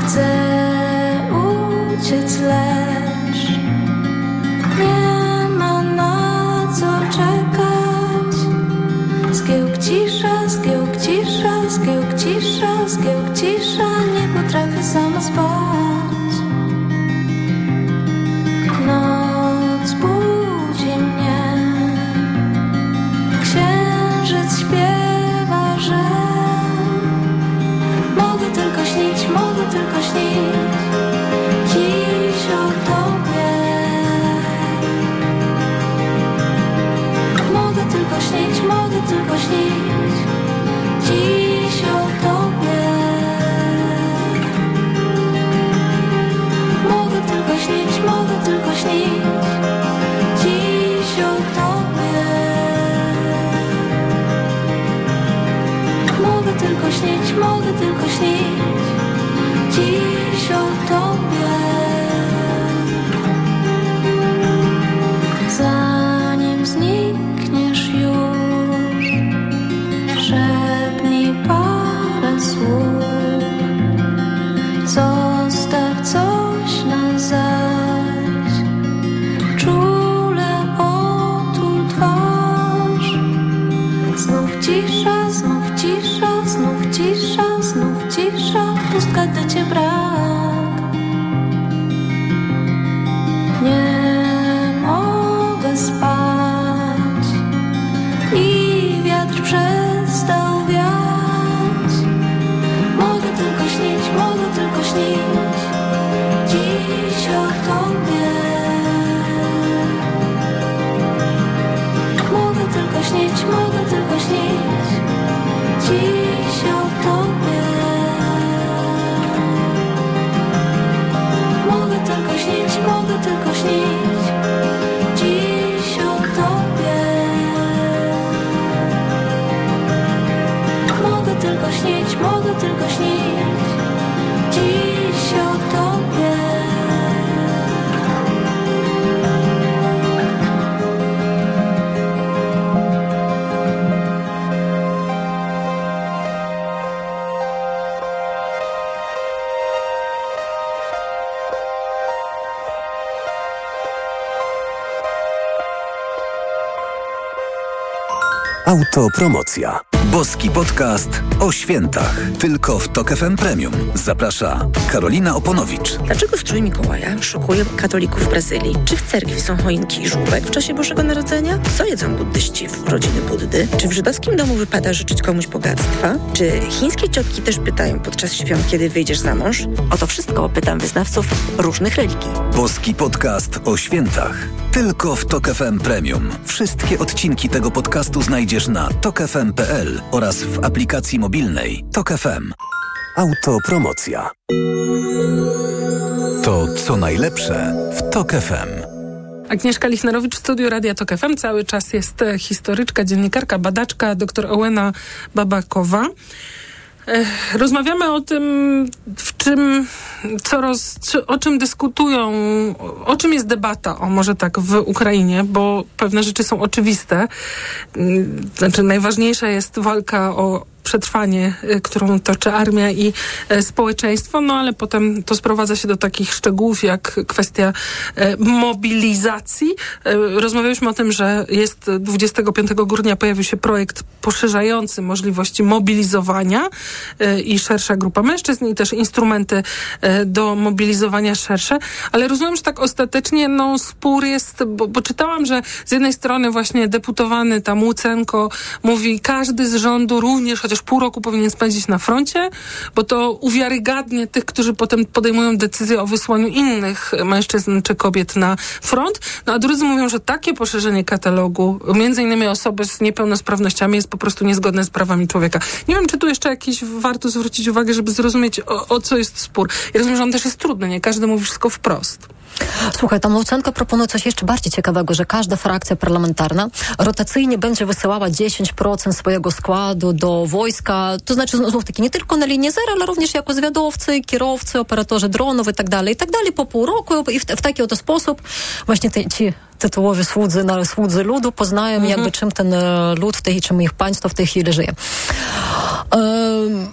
Speaker 15: Chcę uciec, lecz nie ma na co czekać. Zgiełk cisza, zgiełk cisza, zgiełk cisza, zgiełk cisza, nie potrafię sama spać. Noc budzi mnie, księżyc śpiewa, że mogę tylko śnić, mogę tylko śnić dziś o tobie. Mogę tylko śnić, mogę tylko śnić dziś o tobie. Mogę tylko śnić, mogę tylko śnić dziś o tobie. Mogę tylko śnić, mogę tylko śnić dziś o tobie. Zanim znikniesz już, szepnij parę słów. Zostaw coś na zaś, czule otul twarz. Znów cisza, znów cisza, znów cisza, znów cisza, pustka, gdy cię brak. Nie mogę spać i wiatr przestał wiać. Mogę tylko śnić, mogę tylko śnić dziś o tobie. Mogę tylko śnić, mogę tylko śnić dziś o tobie. Mogę tylko śnić, mogę tylko śnić dziś o tobie. Mogę tylko śnić, mogę tylko śnić dziś o tobie.
Speaker 2: Autopromocja. Boski podcast o świętach. Tylko w Tok F M Premium. Zaprasza Karolina Oponowicz.
Speaker 20: Dlaczego strój Mikołaja szokuje katolików w Brazylii? Czy w cerkwi są choinki i żółbek w czasie Bożego Narodzenia? Co jedzą buddyści w rodziny Buddy? Czy w żydowskim domu wypada życzyć komuś bogactwa? Czy chińskie ciotki też pytają podczas świąt, kiedy wyjdziesz za mąż? O to wszystko pytam wyznawców różnych religii.
Speaker 2: Boski podcast o świętach. Tylko w Tok F M Premium. Wszystkie odcinki tego podcastu znajdziesz na tok f m kropka p l oraz w aplikacji mobilnej Tok F M. Autopromocja. To co najlepsze w Tok F M.
Speaker 8: Agnieszka Lichnerowicz w studiu Radia Tok F M. Cały czas jest historyczka, dziennikarka, badaczka, dr Ołena Babakowa. Rozmawiamy o tym, w czym, co roz, czy, o czym dyskutują, o czym jest debata, o może tak, w Ukrainie, bo pewne rzeczy są oczywiste. Znaczy, najważniejsza jest walka o przetrwanie, którą toczy armia i e, społeczeństwo, no ale potem to sprowadza się do takich szczegółów jak kwestia e, mobilizacji. E, rozmawialiśmy o tym, że jest dwudziestego piątego grudnia pojawił się projekt poszerzający możliwości mobilizowania e, i szersza grupa mężczyzn i też instrumenty e, do mobilizowania szersze, ale rozumiem, że tak ostatecznie no spór jest, bo, bo czytałam, że z jednej strony właśnie deputowany tam Łucenko mówi, każdy z rządu również chociaż pół roku powinien spędzić na froncie, bo to uwiarygadnia tych, którzy potem podejmują decyzję o wysłaniu innych mężczyzn czy kobiet na front. No a drudzy mówią, że takie poszerzenie katalogu, między innymi osoby z niepełnosprawnościami, jest po prostu niezgodne z prawami człowieka. Nie wiem, czy tu jeszcze jakiś warto zwrócić uwagę, żeby zrozumieć, o, o co jest spór. Ja rozumiem, że on też jest trudny, nie każdy mówi wszystko wprost.
Speaker 18: Słuchaj, tam Łucenko proponuje coś jeszcze bardziej ciekawego, że każda frakcja parlamentarna rotacyjnie będzie wysyłała dziesięć procent swojego składu do wojska, to znaczy znów taki nie tylko na linii zero, ale również jako zwiadowcy, kierowcy, operatorzy dronów i tak dalej, i tak dalej po pół roku i w, w taki oto sposób właśnie te, ci tytułowi słudzy, na, słudzy ludu poznają mhm. jakby czym ten lud w tej, czym ich państwo w tej chwili żyje. Um,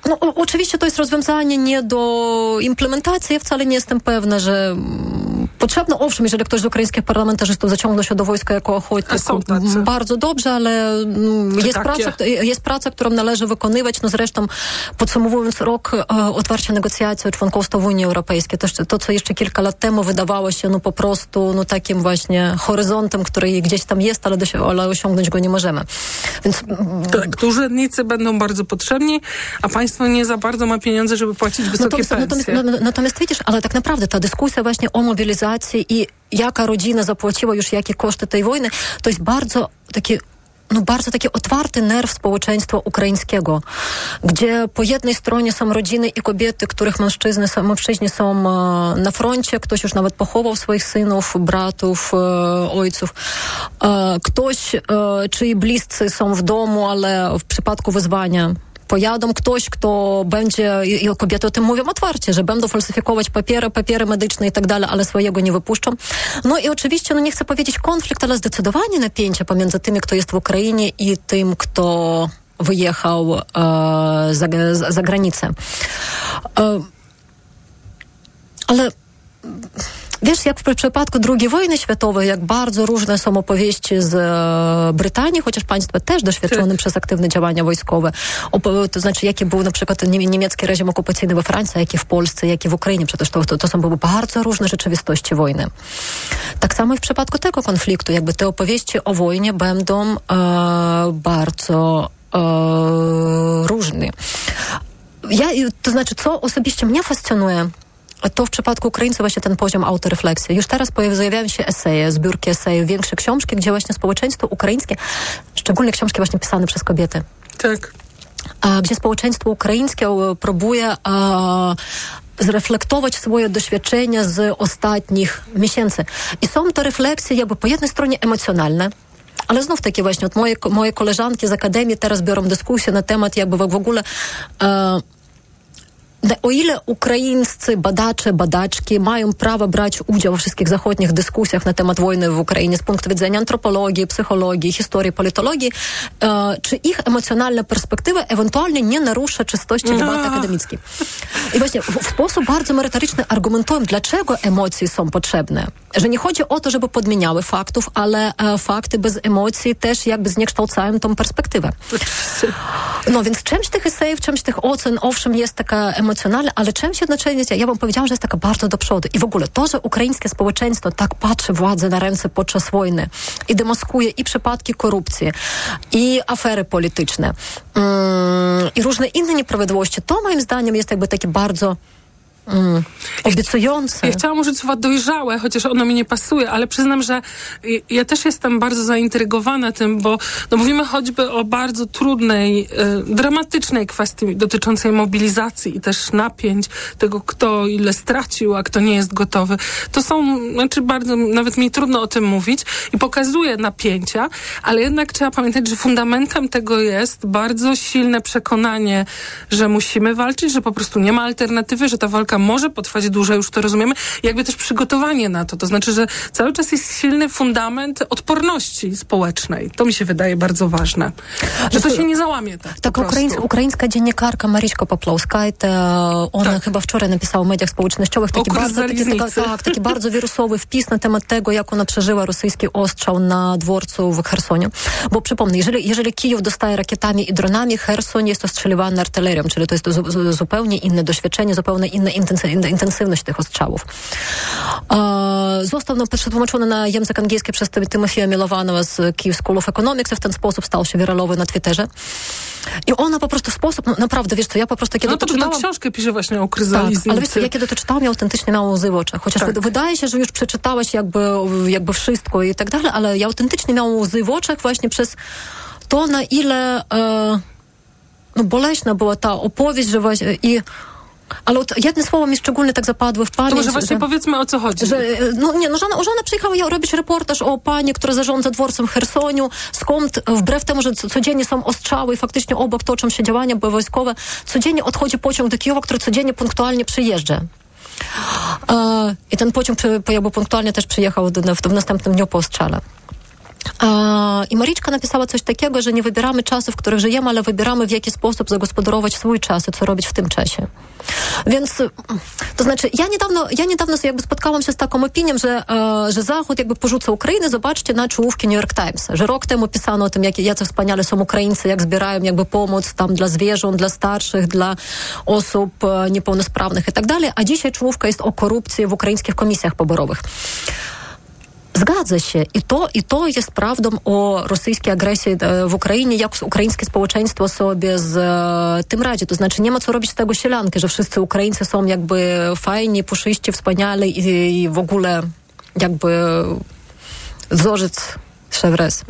Speaker 18: No, o, oczywiście to jest rozwiązanie nie do implementacji. Ja wcale nie jestem pewna, że potrzebne. Owszem, jeżeli ktoś z ukraińskich parlamentarzystów zaciągnął się do wojska jako ochotnik, bardzo dobrze, ale jest praca, jest praca, którą należy wykonywać. No zresztą, podsumowując rok e, otwarcia negocjacji o członkostwo w Unii Europejskiej, to, to, co jeszcze kilka lat temu wydawało się no po prostu no, takim właśnie horyzontem, który gdzieś tam jest, ale, do, ale osiągnąć go nie możemy. Więc
Speaker 8: tak, to urzędnicy będą bardzo potrzebni, a państwo nie za bardzo ma pieniądze, żeby płacić wysokie
Speaker 18: natomiast,
Speaker 8: pensje.
Speaker 18: Natomiast, natomiast widzisz, ale tak naprawdę ta dyskusja właśnie o mobilizacji i jaka rodzina zapłaciła już jakie koszty tej wojny, to jest bardzo taki no bardzo taki otwarty nerw społeczeństwa ukraińskiego, gdzie po jednej stronie są rodziny i kobiety, których mężczyzny, mężczyźni są na froncie, ktoś już nawet pochował swoich synów, bratów, ojców. Ktoś, czyj bliscy są w domu, ale w przypadku wezwania pojadą ktoś, kto będzie, i kobiety o tym mówią otwarcie, że będą falsyfikować papiery, papiery medyczne i tak dalej, ale swojego nie wypuszczą. No i oczywiście, no nie chcę powiedzieć konflikt, ale zdecydowanie napięcie pomiędzy tymi, kto jest w Ukrainie i tym, kto wyjechał e, za, za, za granicę. E, ale wiesz, jak w przypadku drugiej wojny światowej, jak bardzo różne są opowieści z e, Brytanii, chociaż państwo też doświadczone tak. przez aktywne działania wojskowe. Op- to znaczy, jaki był na przykład nie, niemiecki reżim okupacyjny we Francji, jaki w Polsce, jaki w Ukrainie. Przecież to, to, to są były bardzo różne rzeczywistości wojny. Tak samo i w przypadku tego konfliktu. Jakby te opowieści o wojnie będą e, bardzo e, różne. Ja, to znaczy, co osobiście mnie fascynuje, to w przypadku Ukraińców właśnie ten poziom autorefleksji. Już teraz pojawiają się eseje, zbiórki esejów, większe książki, gdzie właśnie społeczeństwo ukraińskie, szczególnie książki właśnie pisane przez kobiety.
Speaker 8: Tak.
Speaker 18: A, gdzie społeczeństwo ukraińskie próbuje a, zreflektować swoje doświadczenia z ostatnich miesięcy. I są to refleksje jakby po jednej stronie emocjonalne, ale znów takie właśnie, od moje, moje koleżanki z Akademii teraz biorą dyskusję na temat jakby w ogóle a, o ile ukraińscy badacze, badaczki mają prawo brać udział we wszystkich zachodnich dyskusjach na temat wojny w Ukrainie z punktu widzenia antropologii, psychologii, historii, politologii, e, czy ich emocjonalna perspektywa ewentualnie nie narusza czystości debaty akademickiej. I właśnie w, w sposób bardzo merytoryczny argumentują, dlaczego emocje są potrzebne. Że nie chodzi o to, żeby podmieniały faktów, ale e, fakty bez emocji też jakby zniekształcają tą perspektywę. No więc czymś tych esejów, czymś tych ocen, owszem, jest taka emocjonalna, ale czymś jednocześnie, ja bym powiedziała, że jest taka bardzo do przodu. I w ogóle to, że ukraińskie społeczeństwo tak patrzy władzy na ręce podczas wojny i demaskuje i przypadki korupcji, i afery polityczne, mm, i różne inne nieprawidłowości, to moim zdaniem jest jakby takie bardzo Mm, obiecujące.
Speaker 8: Ja chciałam użyć słowa dojrzałe, chociaż ono mi nie pasuje, ale przyznam, że ja też jestem bardzo zaintrygowana tym, bo no mówimy choćby o bardzo trudnej, y, dramatycznej kwestii dotyczącej mobilizacji i też napięć, tego kto ile stracił, a kto nie jest gotowy. To są, znaczy bardzo, nawet mi trudno o tym mówić i pokazuje napięcia, ale jednak trzeba pamiętać, że fundamentem tego jest bardzo silne przekonanie, że musimy walczyć, że po prostu nie ma alternatywy, że ta walka może potrwać dłużej, już to rozumiemy, jakby też przygotowanie na to. To znaczy, że cały czas jest silny fundament odporności społecznej. To mi się wydaje bardzo ważne. Że to się nie załamie tak.
Speaker 18: Tak, ukraińska, ukraińska dziennikarka Maryśka Poplauskajta, ona tak. chyba wczoraj napisała w mediach społecznościowych taki bardzo, taki, taka, tak, taki bardzo wirusowy wpis na temat tego, jak ona przeżyła rosyjski ostrzał na dworcu w Chersonie. Bo przypomnę, jeżeli, jeżeli Kijów dostaje rakietami i dronami, Cherson jest ostrzeliwany artylerią, czyli to jest zu, zu, zupełnie inne doświadczenie, zupełnie inne intensywność tych ostrzałów. Został no, przetłumaczony na język angielski przez Tymofieja Milowanowa z Kyiv School of Economics i w ten sposób stał się wiralowy na Twitterze. I ona po prostu w sposób, no, naprawdę, wiesz co, ja po prostu kiedy
Speaker 8: no, to czytałam... książkę pisze właśnie o kryzalizie.
Speaker 18: Tak, ale wiesz co, ja kiedy to czytałam, ja autentycznie miałam łzy w oczach. Chociaż tak. wydaje się, że już przeczytałaś jakby, jakby wszystko i tak dalej, ale ja autentycznie miałam łzy w oczach właśnie przez to, na ile e, no, boleśna była ta opowieść, że właśnie i ale jedne słowo mi szczególnie tak zapadły w pamięć.
Speaker 8: To może właśnie że, powiedzmy, o co chodzi.
Speaker 18: Że, no nie, no żona, żona przyjechała robić reportaż o pani, która zarządza dworcem w Chersoniu, skąd wbrew temu, że codziennie są ostrzały i faktycznie obok toczą się działania wojskowe, codziennie odchodzi pociąg do Kijowa, który codziennie punktualnie przyjeżdża. E, I ten pociąg jakby punktualnie też przyjechał do, w, w następnym dniu po ostrzale. I Mariczka napisała coś takiego, że nie wybieramy czasów, w których żyjemy, ale wybieramy, w jaki sposób zagospodarować swój czas i co robić w tym czasie. Więc, to znaczy, ja niedawno, ja niedawno jakby spotkałam się z taką opinią, że, że Zachód jakby porzuca Ukrainę. Zobaczcie na czołówki New York Times, że rok temu pisano o tym, jak, jacy wspaniale są Ukraińcy, jak zbierają jakby pomoc tam dla zwierząt, dla starszych, dla osób niepełnosprawnych i tak dalej, a dzisiaj czołówka jest o korupcji w ukraińskich komisjach poborowych. Zgadza się. I to, i to jest prawdą o rosyjskiej agresji w Ukrainie, jak ukraińskie społeczeństwo sobie z e, tym radzi. To znaczy nie ma co robić z tego sielanki, że wszyscy Ukraińcy są jakby fajni, puszyści, wspaniali i, i w ogóle jakby wzorzec szewres.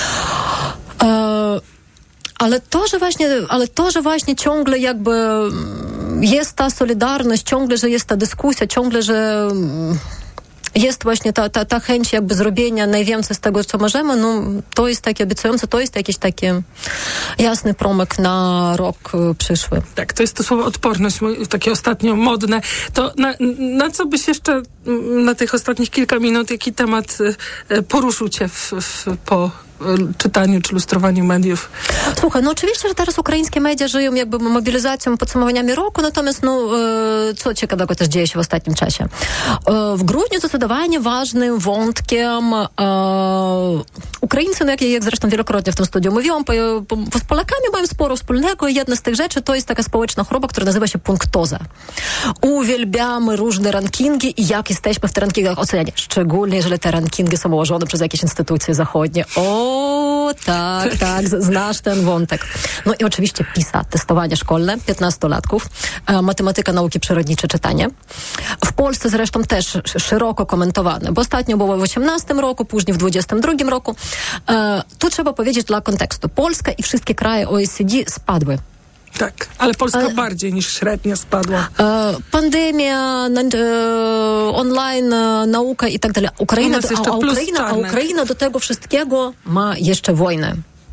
Speaker 18: E, ale to, że właśnie, ale to, że właśnie ciągle jakby jest ta solidarność, ciągle, że jest ta dyskusja, ciągle, że jest właśnie ta, ta, ta chęć jakby zrobienia najwięcej z tego, co możemy, no to jest takie obiecujące, to jest jakiś taki jasny promyk na rok przyszły.
Speaker 8: Tak, to jest to słowo odporność, takie ostatnio modne. To na, na co byś jeszcze na tych ostatnich kilka minut, jaki temat poruszył cię w, w, po czytaniu czy lustrowaniu mediów?
Speaker 18: Słuchaj, no oczywiście, że teraz ukraińskie media żyją jakby mobilizacją, podsumowaniami roku, natomiast no, co ciekawego też dzieje się w ostatnim czasie. W grudniu zdecydowanie ważnym wątkiem Ukraińcy, no jak, jak zresztą wielokrotnie w tym studiu mówiłam, po, po, z Polakami mają sporo wspólnego i jedna z tych rzeczy to jest taka społeczna choroba, która nazywa się punktoza. Uwielbiamy różne rankingi i jak jesteśmy w tych rankingach oceniani. Szczególnie, jeżeli te rankingi są ułożone przez jakieś instytucje zachodnie. O, tak, tak, znasz ten wątek. No i oczywiście PISA, testowanie szkolne, piętnastolatków, matematyka, nauki przyrodnicze, czytanie. W Polsce zresztą też szeroko komentowane, bo ostatnio było w osiemnastym roku, później w dwudziestym drugim roku. E, tu trzeba powiedzieć dla kontekstu. Polska i wszystkie kraje O E C D spadły.
Speaker 8: Tak, ale Polska e, bardziej niż średnia spadła.
Speaker 18: E, pandemia, e, online, e, nauka i tak dalej. Ukraina, do, a, a, Ukraina, a Ukraina do tego wszystkiego ma jeszcze wojnę.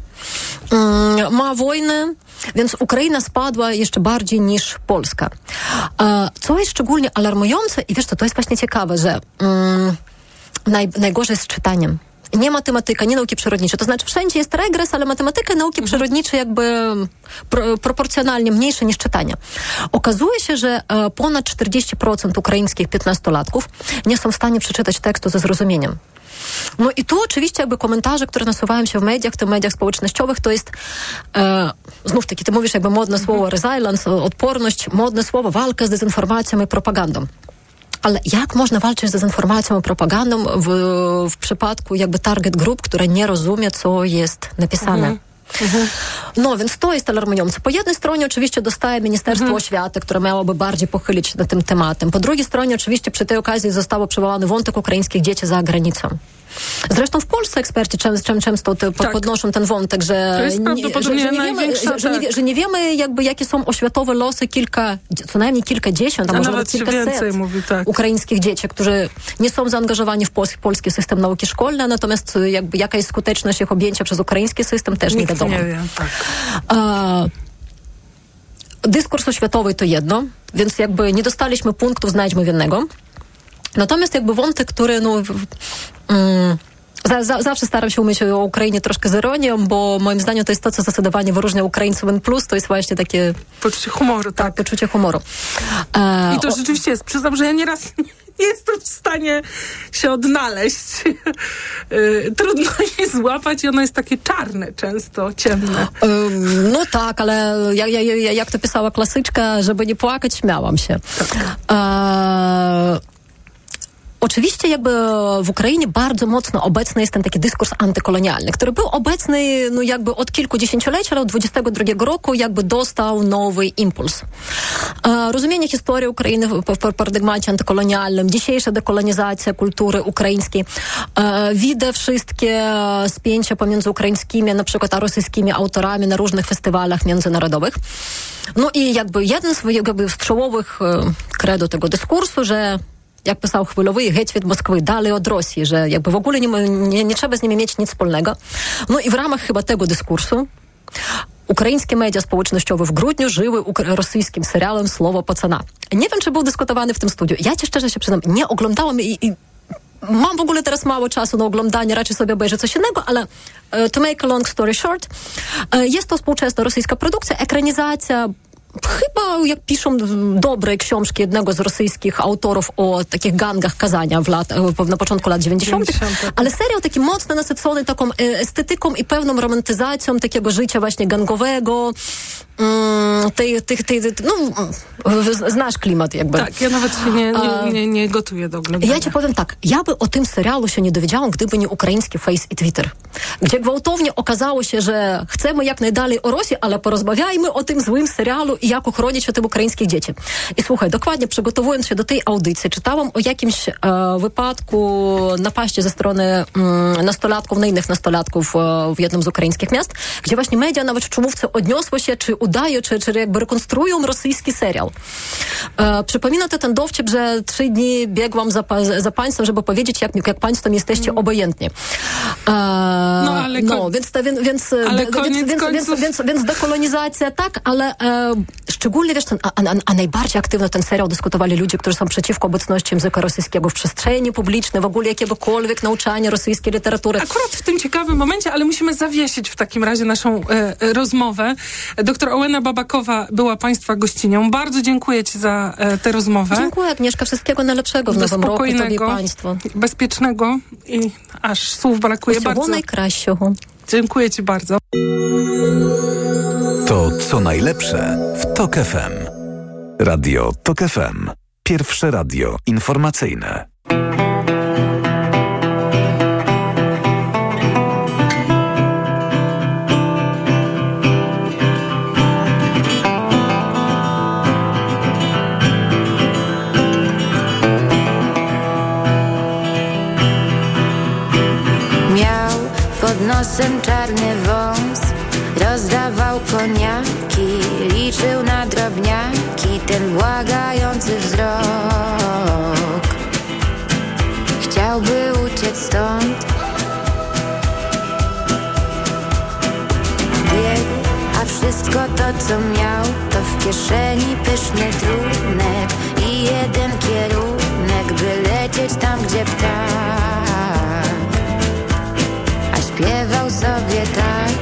Speaker 18: E, ma wojnę, więc Ukraina spadła jeszcze bardziej niż Polska. E, co jest szczególnie alarmujące i wiesz co, to jest właśnie ciekawe, że mm, naj, najgorzej z czytaniem. Nie matematyka, nie nauki przyrodnicze. To znaczy wszędzie jest regres, ale matematyka i nauki mhm. przyrodnicze jakby pro, proporcjonalnie mniejsze niż czytanie. Okazuje się, że e, ponad czterdzieści procent ukraińskich piętnastolatków nie są w stanie przeczytać tekstu ze zrozumieniem. No i tu oczywiście jakby komentarze, które nasuwają się w mediach, w tych mediach społecznościowych, to jest e, znów taki, ty mówisz jakby modne mhm. słowo resilience, odporność, modne słowo walka z dezinformacją i propagandą. Ale jak można walczyć z dezinformacją i propagandą w, w przypadku jakby target group, która nie rozumie, co jest napisane? Mhm. Mhm. No, więc to jest alarmujące. Po jednej stronie oczywiście dostaje Ministerstwo mhm. Oświaty, które miałoby bardziej pochylić się nad tym tematem. Po drugiej stronie oczywiście przy tej okazji został przywołany wątek ukraińskich dzieci za granicą. Zresztą w Polsce eksperci czym, czym, często te, tak. podnoszą ten wątek, że,
Speaker 8: to jest prawdopodobnie
Speaker 18: że, że, nie wiemy, że, że, nie, że nie wiemy jakby jakie są oświatowe losy kilka, co najmniej kilkadziesiąt, a, a może nawet kilkaset mówi, tak. ukraińskich dzieci, którzy nie są zaangażowani w polski, polski system nauki szkolnej, natomiast jakby jaka jest skuteczność ich objęcia przez ukraiński system też
Speaker 8: Nikt
Speaker 18: nie wiadomo.
Speaker 8: Nie wie, tak.
Speaker 18: A, dyskurs oświatowy to jedno, więc jakby nie dostaliśmy punktów, znajdźmy winnego. Natomiast jakby wątek, który no, mm, za, za, zawsze staram się umieść o Ukrainie troszkę z ironią, bo moim zdaniem to jest to, co zdecydowanie wyróżnia Ukraińców N plus, to jest właśnie takie...
Speaker 8: Poczucie humoru, tak.
Speaker 18: tak poczucie humoru.
Speaker 8: E, I to o... rzeczywiście jest. Przyznam, że ja nieraz nie jestem w stanie się odnaleźć. Trudno je złapać i ono jest takie czarne często, ciemne.
Speaker 18: Um, no tak, ale jak, jak, jak to pisała klasyczka, żeby nie płakać, śmiałam się. Tak. E, Oczywiście jakby w Ukrainie bardzo mocno obecny jest ten taki dyskurs antykolonialny, który był obecny no jakby od kilku dziesięcioleci, ale od dwudziestego drugiego roku jakby dostał nowy impuls. E, rozumienie historii Ukrainy w, w paradygmacie antykolonialnym, dzisiejsza dekolonizacja kultury ukraińskiej, e, widać wszystkie spięcia pomiędzy ukraińskimi, na przykład a rosyjskimi autorami na różnych festiwalach międzynarodowych. No i jakby jeden z jakby z czołowych e, credo tego dyskursu, że jak pisał Chwilowy, Геть від Moskwy, dalej od Rosji, że jakby w ogóle nie, nie, nie trzeba z nimi mieć nic wspólnego. No i w ramach chyba tego dyskursu ukraińskie media społecznościowe w grudniu żyły ukra- rosyjskim serialem Słowo pacana. Nie wiem, czy był dyskutowany w tym studiu. Ja ci szczerze się przyznam, nie oglądałam i, i mam w ogóle teraz mało czasu na oglądanie, raczej sobie obejrzę coś innego, ale to make a long story short, jest to współczesna rosyjska produkcja, ekranizacja chyba, jak piszą dobre książki jednego z rosyjskich autorów o takich gangach Kazania w lat, na początku lat dziewięćdziesiątych, ale serial taki mocno nasycony taką estetyką i pewną romantyzacją takiego życia właśnie gangowego, mm, tej, tej, tej, no, znasz klimat jakby.
Speaker 8: Tak, ja nawet się nie, nie, nie, nie gotuję do oglądania.
Speaker 18: Ja ci powiem tak, ja by o tym serialu się nie dowiedziałam, gdyby nie ukraiński Face i Twitter, gdzie gwałtownie okazało się, że chcemy jak najdalej o Rosji, ale porozmawiajmy o tym złym serialu i jak uchronić o tym ukraińskich dzieci. I słuchaj, dokładnie przygotowując się do tej audycji, czytałam o jakimś e, wypadku napaści ze strony mm, nastolatków, na innych nastolatków e, w jednym z ukraińskich miast, gdzie właśnie media nawet w czołówce odniosło się, czy udaje, czy, czy jakby rekonstruują rosyjski serial. E, przypomina to ten dowcip, że trzy dni biegłam za, za państwem, żeby powiedzieć, jak, jak państwem jesteście mm. obojętni. E,
Speaker 8: no, ale
Speaker 18: no, kon... więc, więc, więc,
Speaker 8: ale
Speaker 18: więc, więc, więc, więc, więc dekolonizacja tak, ale e, szczególnie, wiesz, ten, a, a, a najbardziej aktywno ten serial dyskutowali ludzie, którzy są przeciwko obecności języka rosyjskiego w przestrzeni publicznej, w ogóle jakiegokolwiek nauczania rosyjskiej literatury.
Speaker 8: Akurat w tym ciekawym momencie, ale musimy zawiesić w takim razie naszą e, rozmowę. Doktor Ołena Babakowa była Państwa gościnią. Bardzo dziękuję Ci za e, tę rozmowę.
Speaker 18: Dziękuję, Agnieszka. Wszystkiego najlepszego w nowym roku Tobie i Państwu.
Speaker 8: Bezpiecznego i aż słów brakuje
Speaker 18: Усього
Speaker 8: bardzo.
Speaker 18: Najkrащого.
Speaker 8: Dziękuję Ci bardzo.
Speaker 2: To co najlepsze w TOK F M. Radio TOK F M. Pierwsze radio informacyjne.
Speaker 15: Miał pod nosem czarny wąs, rozdawał koniaki, liczył na drobniaki ten błagający wzrok. Chciałby uciec stąd, biegł, a wszystko to co miał to w kieszeni pyszny trunek i jeden kierunek, by lecieć tam gdzie ptak, a śpiewał sobie tak.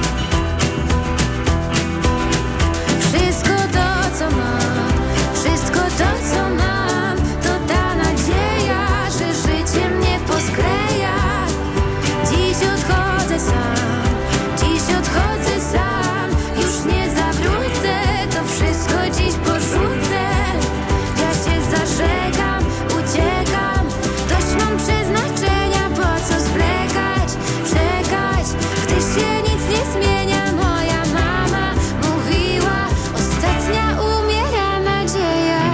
Speaker 15: Wszystko to, co mam, wszystko to, co mam, to ta nadzieja, że życie mnie poskleja. Dziś odchodzę sam, dziś odchodzę sam, już nie zawrócę, to wszystko dziś porzucę. Ja się zażegam, uciekam, dość mam przeznaczenia, po co zwlekać, czekać, gdy się nic nie zmienia. Moja mama mówiła, ostatnia umiera nadzieja.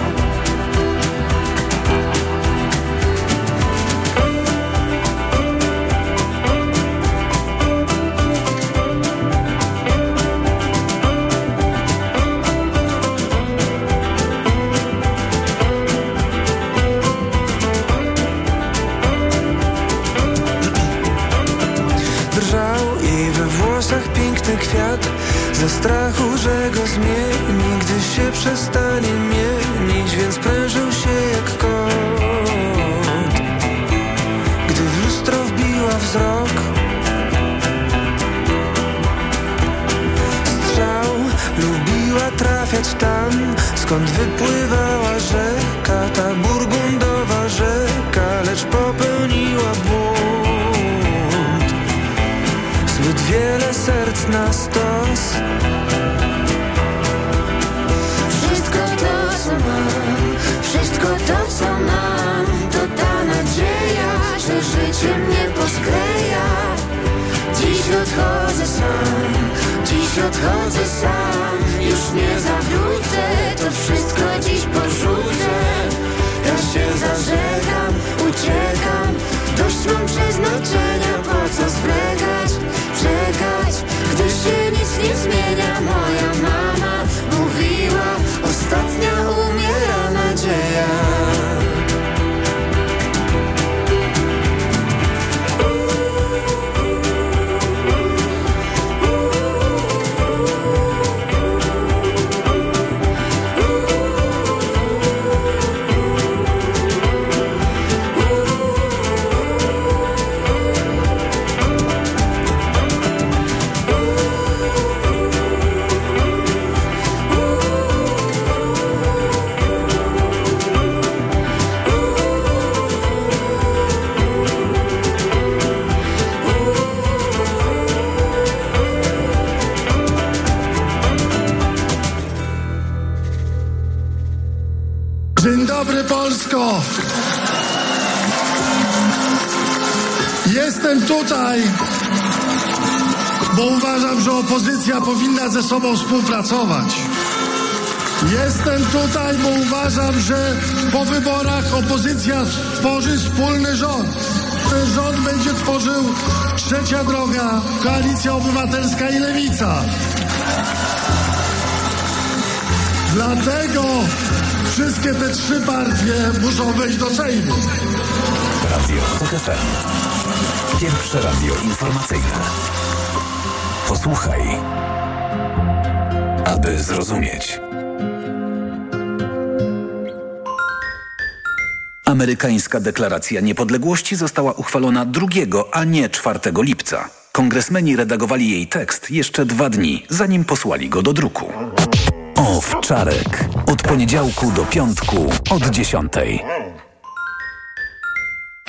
Speaker 19: Drżał jej we włosach piękny kwiat, ze strachu, że go zmieni, gdy się przestanie mienić, więc prężył się jak kot. Gdy w lustro wbiła wzrok, strzał, lubiła trafiać tam, skąd wypływała rzeka, ta burgundowa rzeka, lecz popełniła błąd. Zbyt wiele serc na stos. Wszystko to, co mam, wszystko to, co mam, to ta nadzieja, że życie mnie poskleja. Dziś odchodzę sam, dziś odchodzę sam, już nie zawrócę, to wszystko dziś porzucę. Ja się zażegam, uciekam, dość mam przeznaczenia, po co zwlekać, czekać, gdy się nic nie zmienia. Moja mama mówiła, ostatnia umiera nadzieja.
Speaker 21: dobry, Polsko! Jestem tutaj, bo uważam, że opozycja powinna ze sobą współpracować. Jestem tutaj, bo uważam, że po wyborach opozycja stworzy wspólny rząd. Ten rząd będzie tworzył Trzecia Droga, Koalicja Obywatelska i Lewica. Dlatego wszystkie te trzy partie muszą wejść do Sejmu.
Speaker 2: Radio TOK F M. Pierwsze radio informacyjne. Posłuchaj, aby zrozumieć. Amerykańska deklaracja niepodległości została uchwalona drugiego, a nie czwartego lipca. Kongresmeni redagowali jej tekst jeszcze dwa dni, zanim posłali go do druku. Owczarek. Od poniedziałku do piątku od dziesiątej.